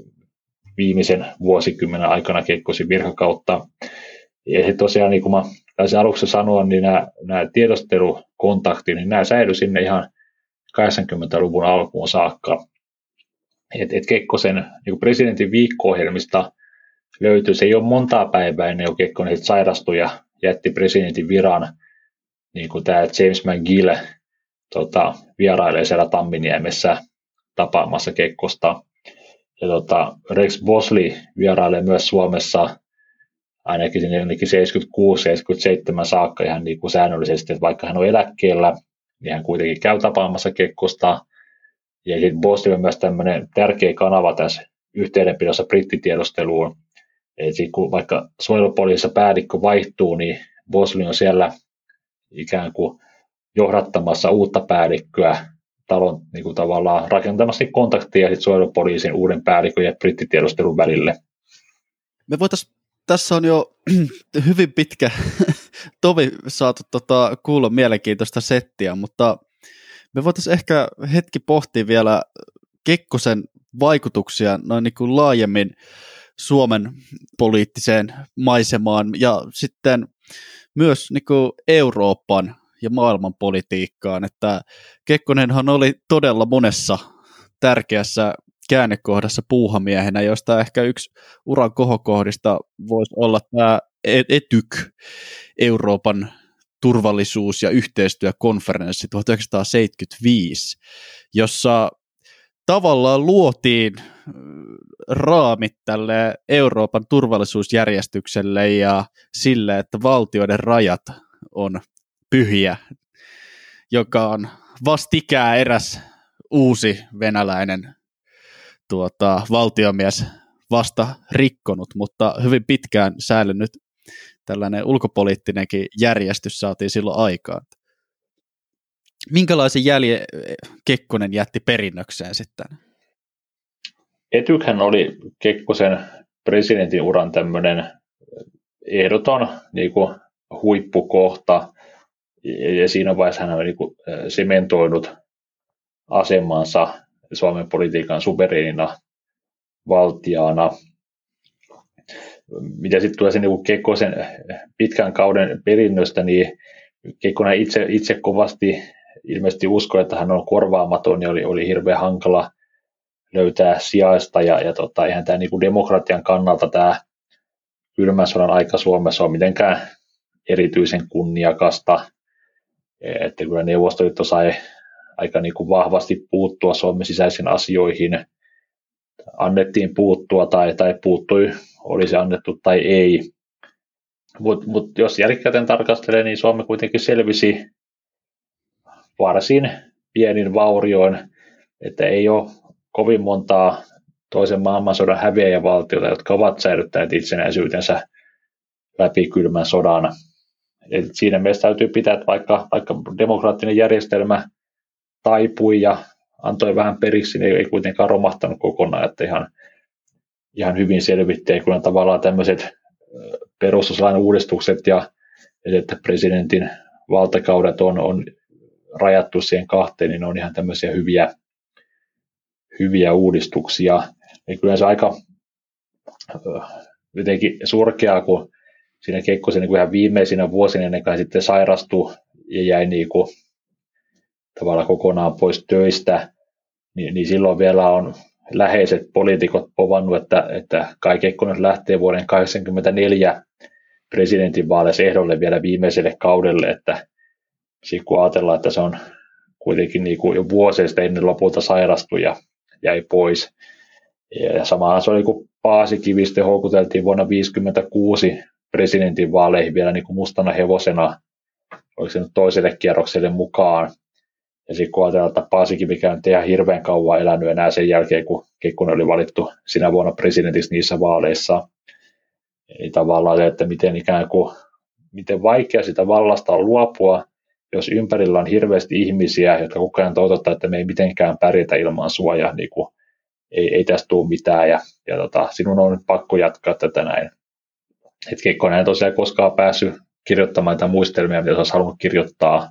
viimeisen vuosikymmenen aikana Kekkosen virkakautta. Ja se tosiaan, niin kuin mä taisi aluksi sanoa, niin nämä, nämä tiedustelukontaktit, niin nämä säilyi sinne ihan kahdeksankymmentäluvun alkuun saakka. Et, et Kekkosen niin presidentin viikko-ohjelmista löytyy, se ei ole montaa päivää ennen kuin Kekkonen sairastui ja jätti presidentin viran, niin kuin tämä James McGill tota, vierailee siellä Tamminiemessä tapaamassa Kekkosta. Ja tota, Rex Bosley vierailee myös Suomessa ainakin seitsemänkymmentäkuusi seitsemänkymmentäseitsemän saakka ihan niin kuin säännöllisesti, että vaikka hän on eläkkeellä, niin hän kuitenkin käy tapaamassa Kekkosta. Ja sitten Bosley on myös tämmöinen tärkeä kanava tässä yhteydenpidossa brittitiedusteluun. Eli kun vaikka suojelupoliisissa päällikkö vaihtuu, niin Bosley on siellä ikään kuin johdattamassa uutta päällikköä talon niin kuin tavallaan rakentamassa kontakteja sit suojelupoliisin uuden päällikön ja brittitiedustelun välille. Me voitaisiin, tässä on jo hyvin pitkä tovi saatu tota, kuulla mielenkiintoista settiä, mutta me voitaisiin ehkä hetki pohtia vielä Kekkosen vaikutuksia noin niin kuin laajemmin Suomen poliittiseen maisemaan ja sitten myös niin kuin Euroopan ja maailman politiikkaan, että Kekkonenhan oli todella monessa tärkeässä käännekohdassa puuhamiehenä, josta ehkä yksi uran kohokohdista voisi olla tämä ETYK, Euroopan turvallisuus- ja yhteistyökonferenssi tuhatyhdeksänsataaseitsemänkymmentäviisi, jossa tavallaan luotiin raamit tälle Euroopan turvallisuusjärjestykselle ja sille, että valtioiden rajat on pyhiä, joka on vastikään eräs uusi venäläinen tuota, valtiomies vasta rikkonut, mutta hyvin pitkään säilynyt tällainen ulkopoliittinenkin järjestys saatiin silloin aikaan. Minkälaisen jäljen Kekkonen jätti perinnökseen sitten? ETYKhän oli Kekkosen presidentin uran tämmöinen ehdoton niin kuin huippukohta, ja siinä vaiheessa hän on niin kuin sementoinut asemansa Suomen politiikan suvereenina valtiana. Mitä sitten tulee sen niin Kekkosen pitkän kauden perinnöstä, niin Kekkonen itse, itse kovasti ilmeisesti uskoi, että hän on korvaamaton ja oli, oli hirveän hankala löytää sijaista. Ja, ja tota, eihän tämä niin kuin demokratian kannalta tämä kylmän sodan aika Suomessa ole mitenkään erityisen kunniakasta. Että kyllä Neuvostoliitto sai aika niin kuin vahvasti puuttua Suomen sisäisiin asioihin. Annettiin puuttua tai, tai puuttui, oli se annettu tai ei. Mutta mut jos jälkikäteen tarkastelee, niin Suomi kuitenkin selvisi varsin pienin vaurioin, että ei ole kovin montaa toisen maailmansodan häviäjävaltiota, jotka ovat säilyttäneet itsenäisyytensä läpi kylmän sodan. Et siinä mielessä täytyy pitää, että vaikka, vaikka demokraattinen järjestelmä taipui ja antoi vähän periksi, niin ei kuitenkaan romahtanut kokonaan, että ihan, ihan hyvin selvitti, kun tavallaan tämmöiset perustuslain uudistukset ja että presidentin valtakaudet on, on rajattu siihen kahteen, niin ne on ihan tämmöisiä hyviä, hyviä uudistuksia. Ja kyllä se aika jotenkin surkeaa, kun siinä Kekkosen niin kuin ihan viimeisinä vuosina ennen kuin sitten sairastui ja jäi niin kuin tavallaan kokonaan pois töistä, niin, niin silloin vielä on läheiset poliitikot povannut, että, että Kai Kekkonen lähtee vuoden kahdeksankymmentäneljä presidentinvaaleissa ehdolle vielä viimeiselle kaudelle, että kun ajatellaan, että se on kuitenkin niin kuin jo vuosia sitten ennen lopulta sairastui ja jäi pois. Ja samahan se oli, kun Paasikivi houkuteltiin vuonna tuhatyhdeksänsataaviisikymmentäkuusi presidentinvaaleihin vielä niin kuin mustana hevosena, oliko se nyt toiselle kierrokselle mukaan. Ja sitten kun ajatellaan, että Paasikivi käy ihan hirveän kauan elänyt enää sen jälkeen, kun Kekkonen oli valittu sinä vuonna presidentiksi niissä vaaleissa. Eli tavallaan se, että miten ikään kuin, miten vaikea sitä vallasta on luopua, jos ympärillä on hirveästi ihmisiä, jotka koko ajan toivottaa, että me ei mitenkään pärjätä ilman suojaa, niin kuin, ei, ei tästä tule mitään, ja, ja tota, sinun on nyt pakko jatkaa tätä näin. Et Kekkonen ei tosiaan koskaan päässyt kirjoittamaan näitä muistelmia, mitä se olisi halunnut kirjoittaa.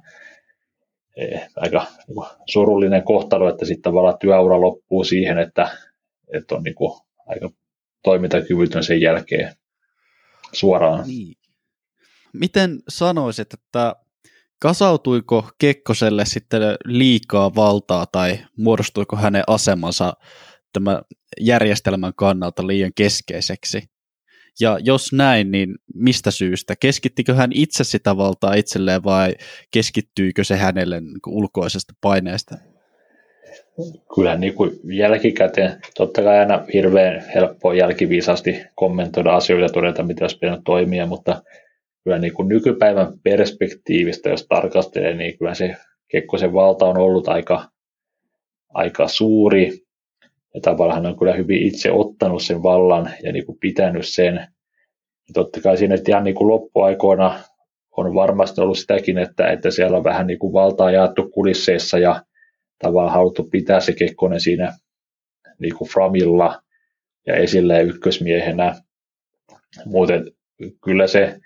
Aika niin kuin, surullinen kohtalo, että sitten tavallaan työura loppuu siihen, että, että on niin kuin, aika toimintakyvytön sen jälkeen suoraan. Niin. miten sanoisit, että kasautuiko Kekkoselle sitten liikaa valtaa tai muodostuiko hänen asemansa tämän järjestelmän kannalta liian keskeiseksi? Ja jos näin, niin mistä syystä? Keskittikö hän itse sitä valtaa itselleen vai keskittyykö se hänelle niin kuin ulkoisesta paineesta? Kyllähän niin kuin jälkikäteen, totta kai aina hirveän helppoa jälkiviisasti kommentoida asioita ja todeta, mitä olisi pitänyt toimia, mutta kyllä niin kuin nykypäivän perspektiivistä, jos tarkastelee, niin kyllä se Kekkosen valta on ollut aika, aika suuri. Ja tavallaan hän on kyllä hyvin itse ottanut sen vallan ja niin kuin pitänyt sen. Ja totta kai siinä ihan niin kuin loppuaikoina on varmasti ollut sitäkin, että, että siellä on vähän niin kuin valtaa jaettu kulisseissa ja tavallaan haluttu pitää se Kekkonen siinä niin kuin framilla ja esille ykkösmiehenä. Muuten kyllä se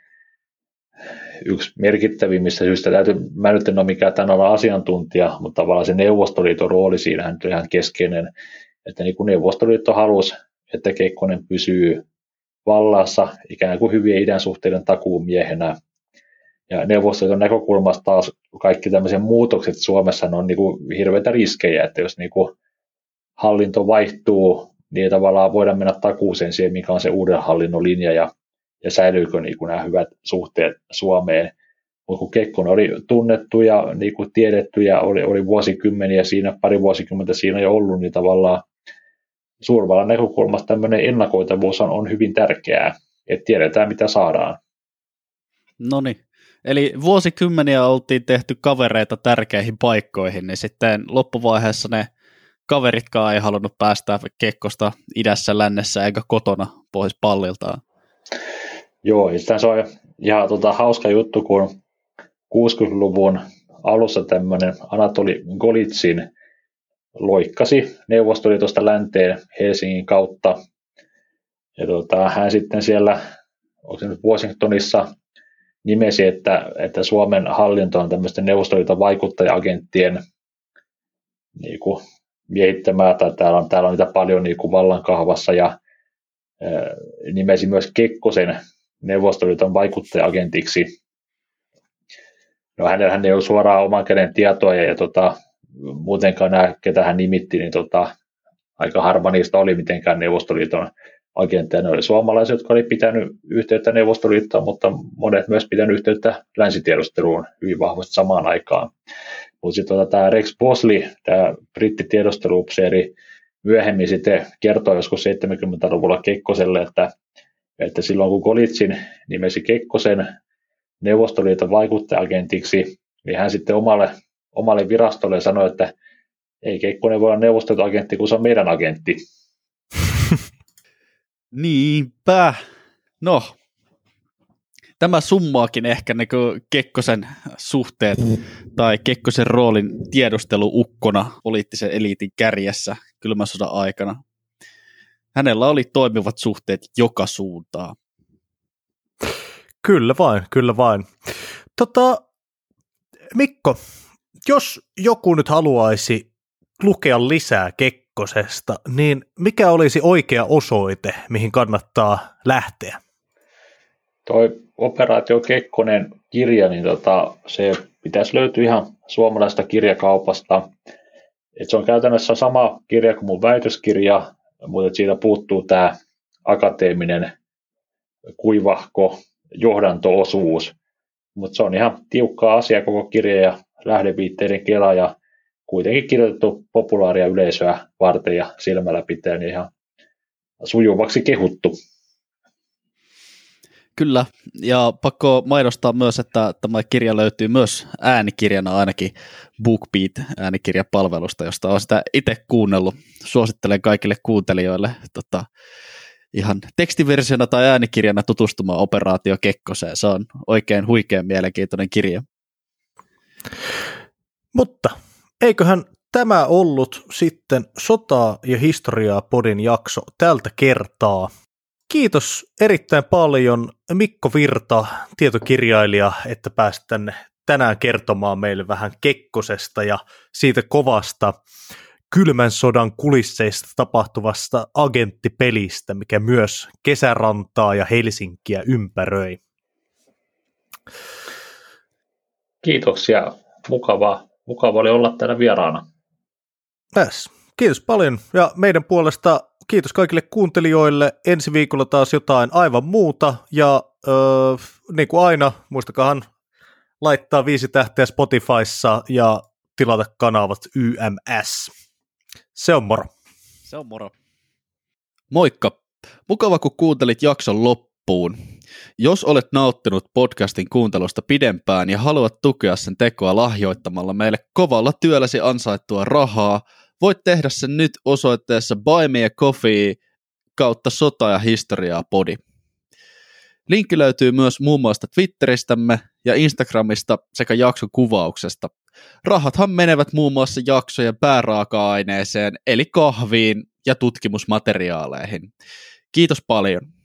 yksi merkittävimmistä syistä, täytyy, mä nyt en ole mikään tämän alan asiantuntija, mutta tavallaan se Neuvostoliiton rooli siinähän on ihan keskeinen, että niin kuin Neuvostoliitto halusi, että Kekkonen pysyy vallassa ikään kuin hyvien idän suhteiden takuumiehenä. Ja Neuvostoliiton näkökulmasta taas kaikki tämmöiset muutokset Suomessa on niin kuin hirveitä riskejä, että jos niin kuin hallinto vaihtuu, niin ei tavallaan voida mennä takuuseen siihen, mikä on se uuden hallinnon linja ja, ja säilyykö niin kuin nämä hyvät suhteet Suomeen. Mutta kun Kekkonen oli tunnettu ja niin kuin tiedetty ja oli, oli vuosikymmeniä siinä, pari vuosikymmentä siinä jo ollut, niin tavallaan suurvallan näkökulmasta tämmöinen ennakoitavuus on, on hyvin tärkeää, että tiedetään mitä saadaan. No niin, eli vuosikymmeniä oltiin tehty kavereita tärkeihin paikkoihin, niin sitten loppuvaiheessa ne kaveritkaan ei halunnut päästää Kekkosta idässä, lännessä eikä kotona pois palliltaan. Joo, se on ihan tota, hauska juttu, kun kuusikymmentäluvun alussa tämmöinen Anatoli Golitsin loikkasi Neuvostoliitosta länteen Helsingin kautta. Ja tota, hän sitten siellä Washingtonissa nimesi, että, että Suomen hallinto on tämmöisten Neuvostoliiton vaikuttaja-agenttien niin kuin miehittämää, tai täällä on, täällä on niitä paljon niin kuin vallankahvassa, ja ää, nimesi myös Kekkosen Neuvostoliiton vaikuttaja-agentiksi. No hänellä hän ei ollut suoraan oman käden tietoa, ja, ja tota, muutenkaan nämä, ketä hän nimitti, niin tota, aika harva niistä oli mitenkään Neuvostoliiton agentteja. Ne oli suomalaisia, jotka oli pitänyt yhteyttä Neuvostoliittoon, mutta monet myös pitänyt yhteyttä länsitiedusteluun hyvin vahvasti samaan aikaan. Mutta sitten tota, tämä Rex Bosley, tämä brittitiedusteluupseeri, myöhemmin sitten kertoi joskus seitsemänkymmentäluvulla Kekkoselle, että, että silloin kun Golitsin nimesi Kekkosen Neuvostoliiton vaikuttaja-agentiksi, niin hän sitten omalle, omalle virastolle sanoi, että ei Kekkonen voi olla Neuvostoliiton agentti, kun se on meidän agentti. Niinpä. No, tämä summaakin ehkä niin Kekkosen suhteet tai Kekkosen roolin tiedusteluukkona poliittisen eliitin kärjessä kylmän sodan aikana. Hänellä oli toimivat suhteet joka suuntaan. Kyllä vain, kyllä vain. Tota, Mikko, jos joku nyt haluaisi lukea lisää Kekkosesta, niin mikä olisi oikea osoite, mihin kannattaa lähteä? Toi Operaatio Kekkonen kirja, niin tota, se pitäisi löytyä ihan suomalaisesta kirjakaupasta. Et se on käytännössä sama kirja kuin mun väitöskirja, mutta siitä puuttuu tämä akateeminen kuivahko johdanto-osuus. Mutta se on ihan tiukkaa asia koko kirja ja lähdeviitteiden kela ja kuitenkin kirjoitettu populaaria yleisöä varten ja silmällä pitäen ihan sujuvaksi kehuttu. Kyllä, ja pakko mainostaa myös, että tämä kirja löytyy myös äänikirjana ainakin BookBeat-äänikirjapalvelusta, josta olen sitä itse kuunnellut. Suosittelen kaikille kuuntelijoille tota, ihan tekstiversiona tai äänikirjana tutustumaan Operaatio Kekkoseen. Se on oikein huikean mielenkiintoinen kirja. Mutta eiköhän tämä ollut sitten Sotaa ja historiaa podin jakso tältä kertaa. Kiitos erittäin paljon Mikko Virta, tietokirjailija, että pääsit tänne tänään kertomaan meille vähän Kekkosesta ja siitä kovasta kylmän sodan kulisseista tapahtuvasta agenttipelistä, mikä myös Kesärantaa ja Helsinkiä ympäröi. Kiitoksia. Mukava, mukava oli olla täällä vieraana. Yes. Kiitos paljon ja meidän puolesta kiitos kaikille kuuntelijoille. Ensi viikolla taas jotain aivan muuta ja öö, niin kuin aina, muistakahan laittaa viisi tähteä Spotifyssa ja tilata kanavat Y M S. Se on moro. Se on moro. Moikka. Mukava, kun kuuntelit jakson loppuun. Jos olet nauttinut podcastin kuuntelusta pidempään ja haluat tukea sen tekoa lahjoittamalla meille kovalla työlläsi ansaittua rahaa, voit tehdä sen nyt osoitteessa Buy Me a Coffee kautta Sota ja Historiaa podi. Linkki löytyy myös muun muassa Twitteristämme ja Instagramista sekä jakson kuvauksesta. Rahathan menevät muun muassa jaksojen pääraaka-aineeseen eli kahviin ja tutkimusmateriaaleihin. Kiitos paljon.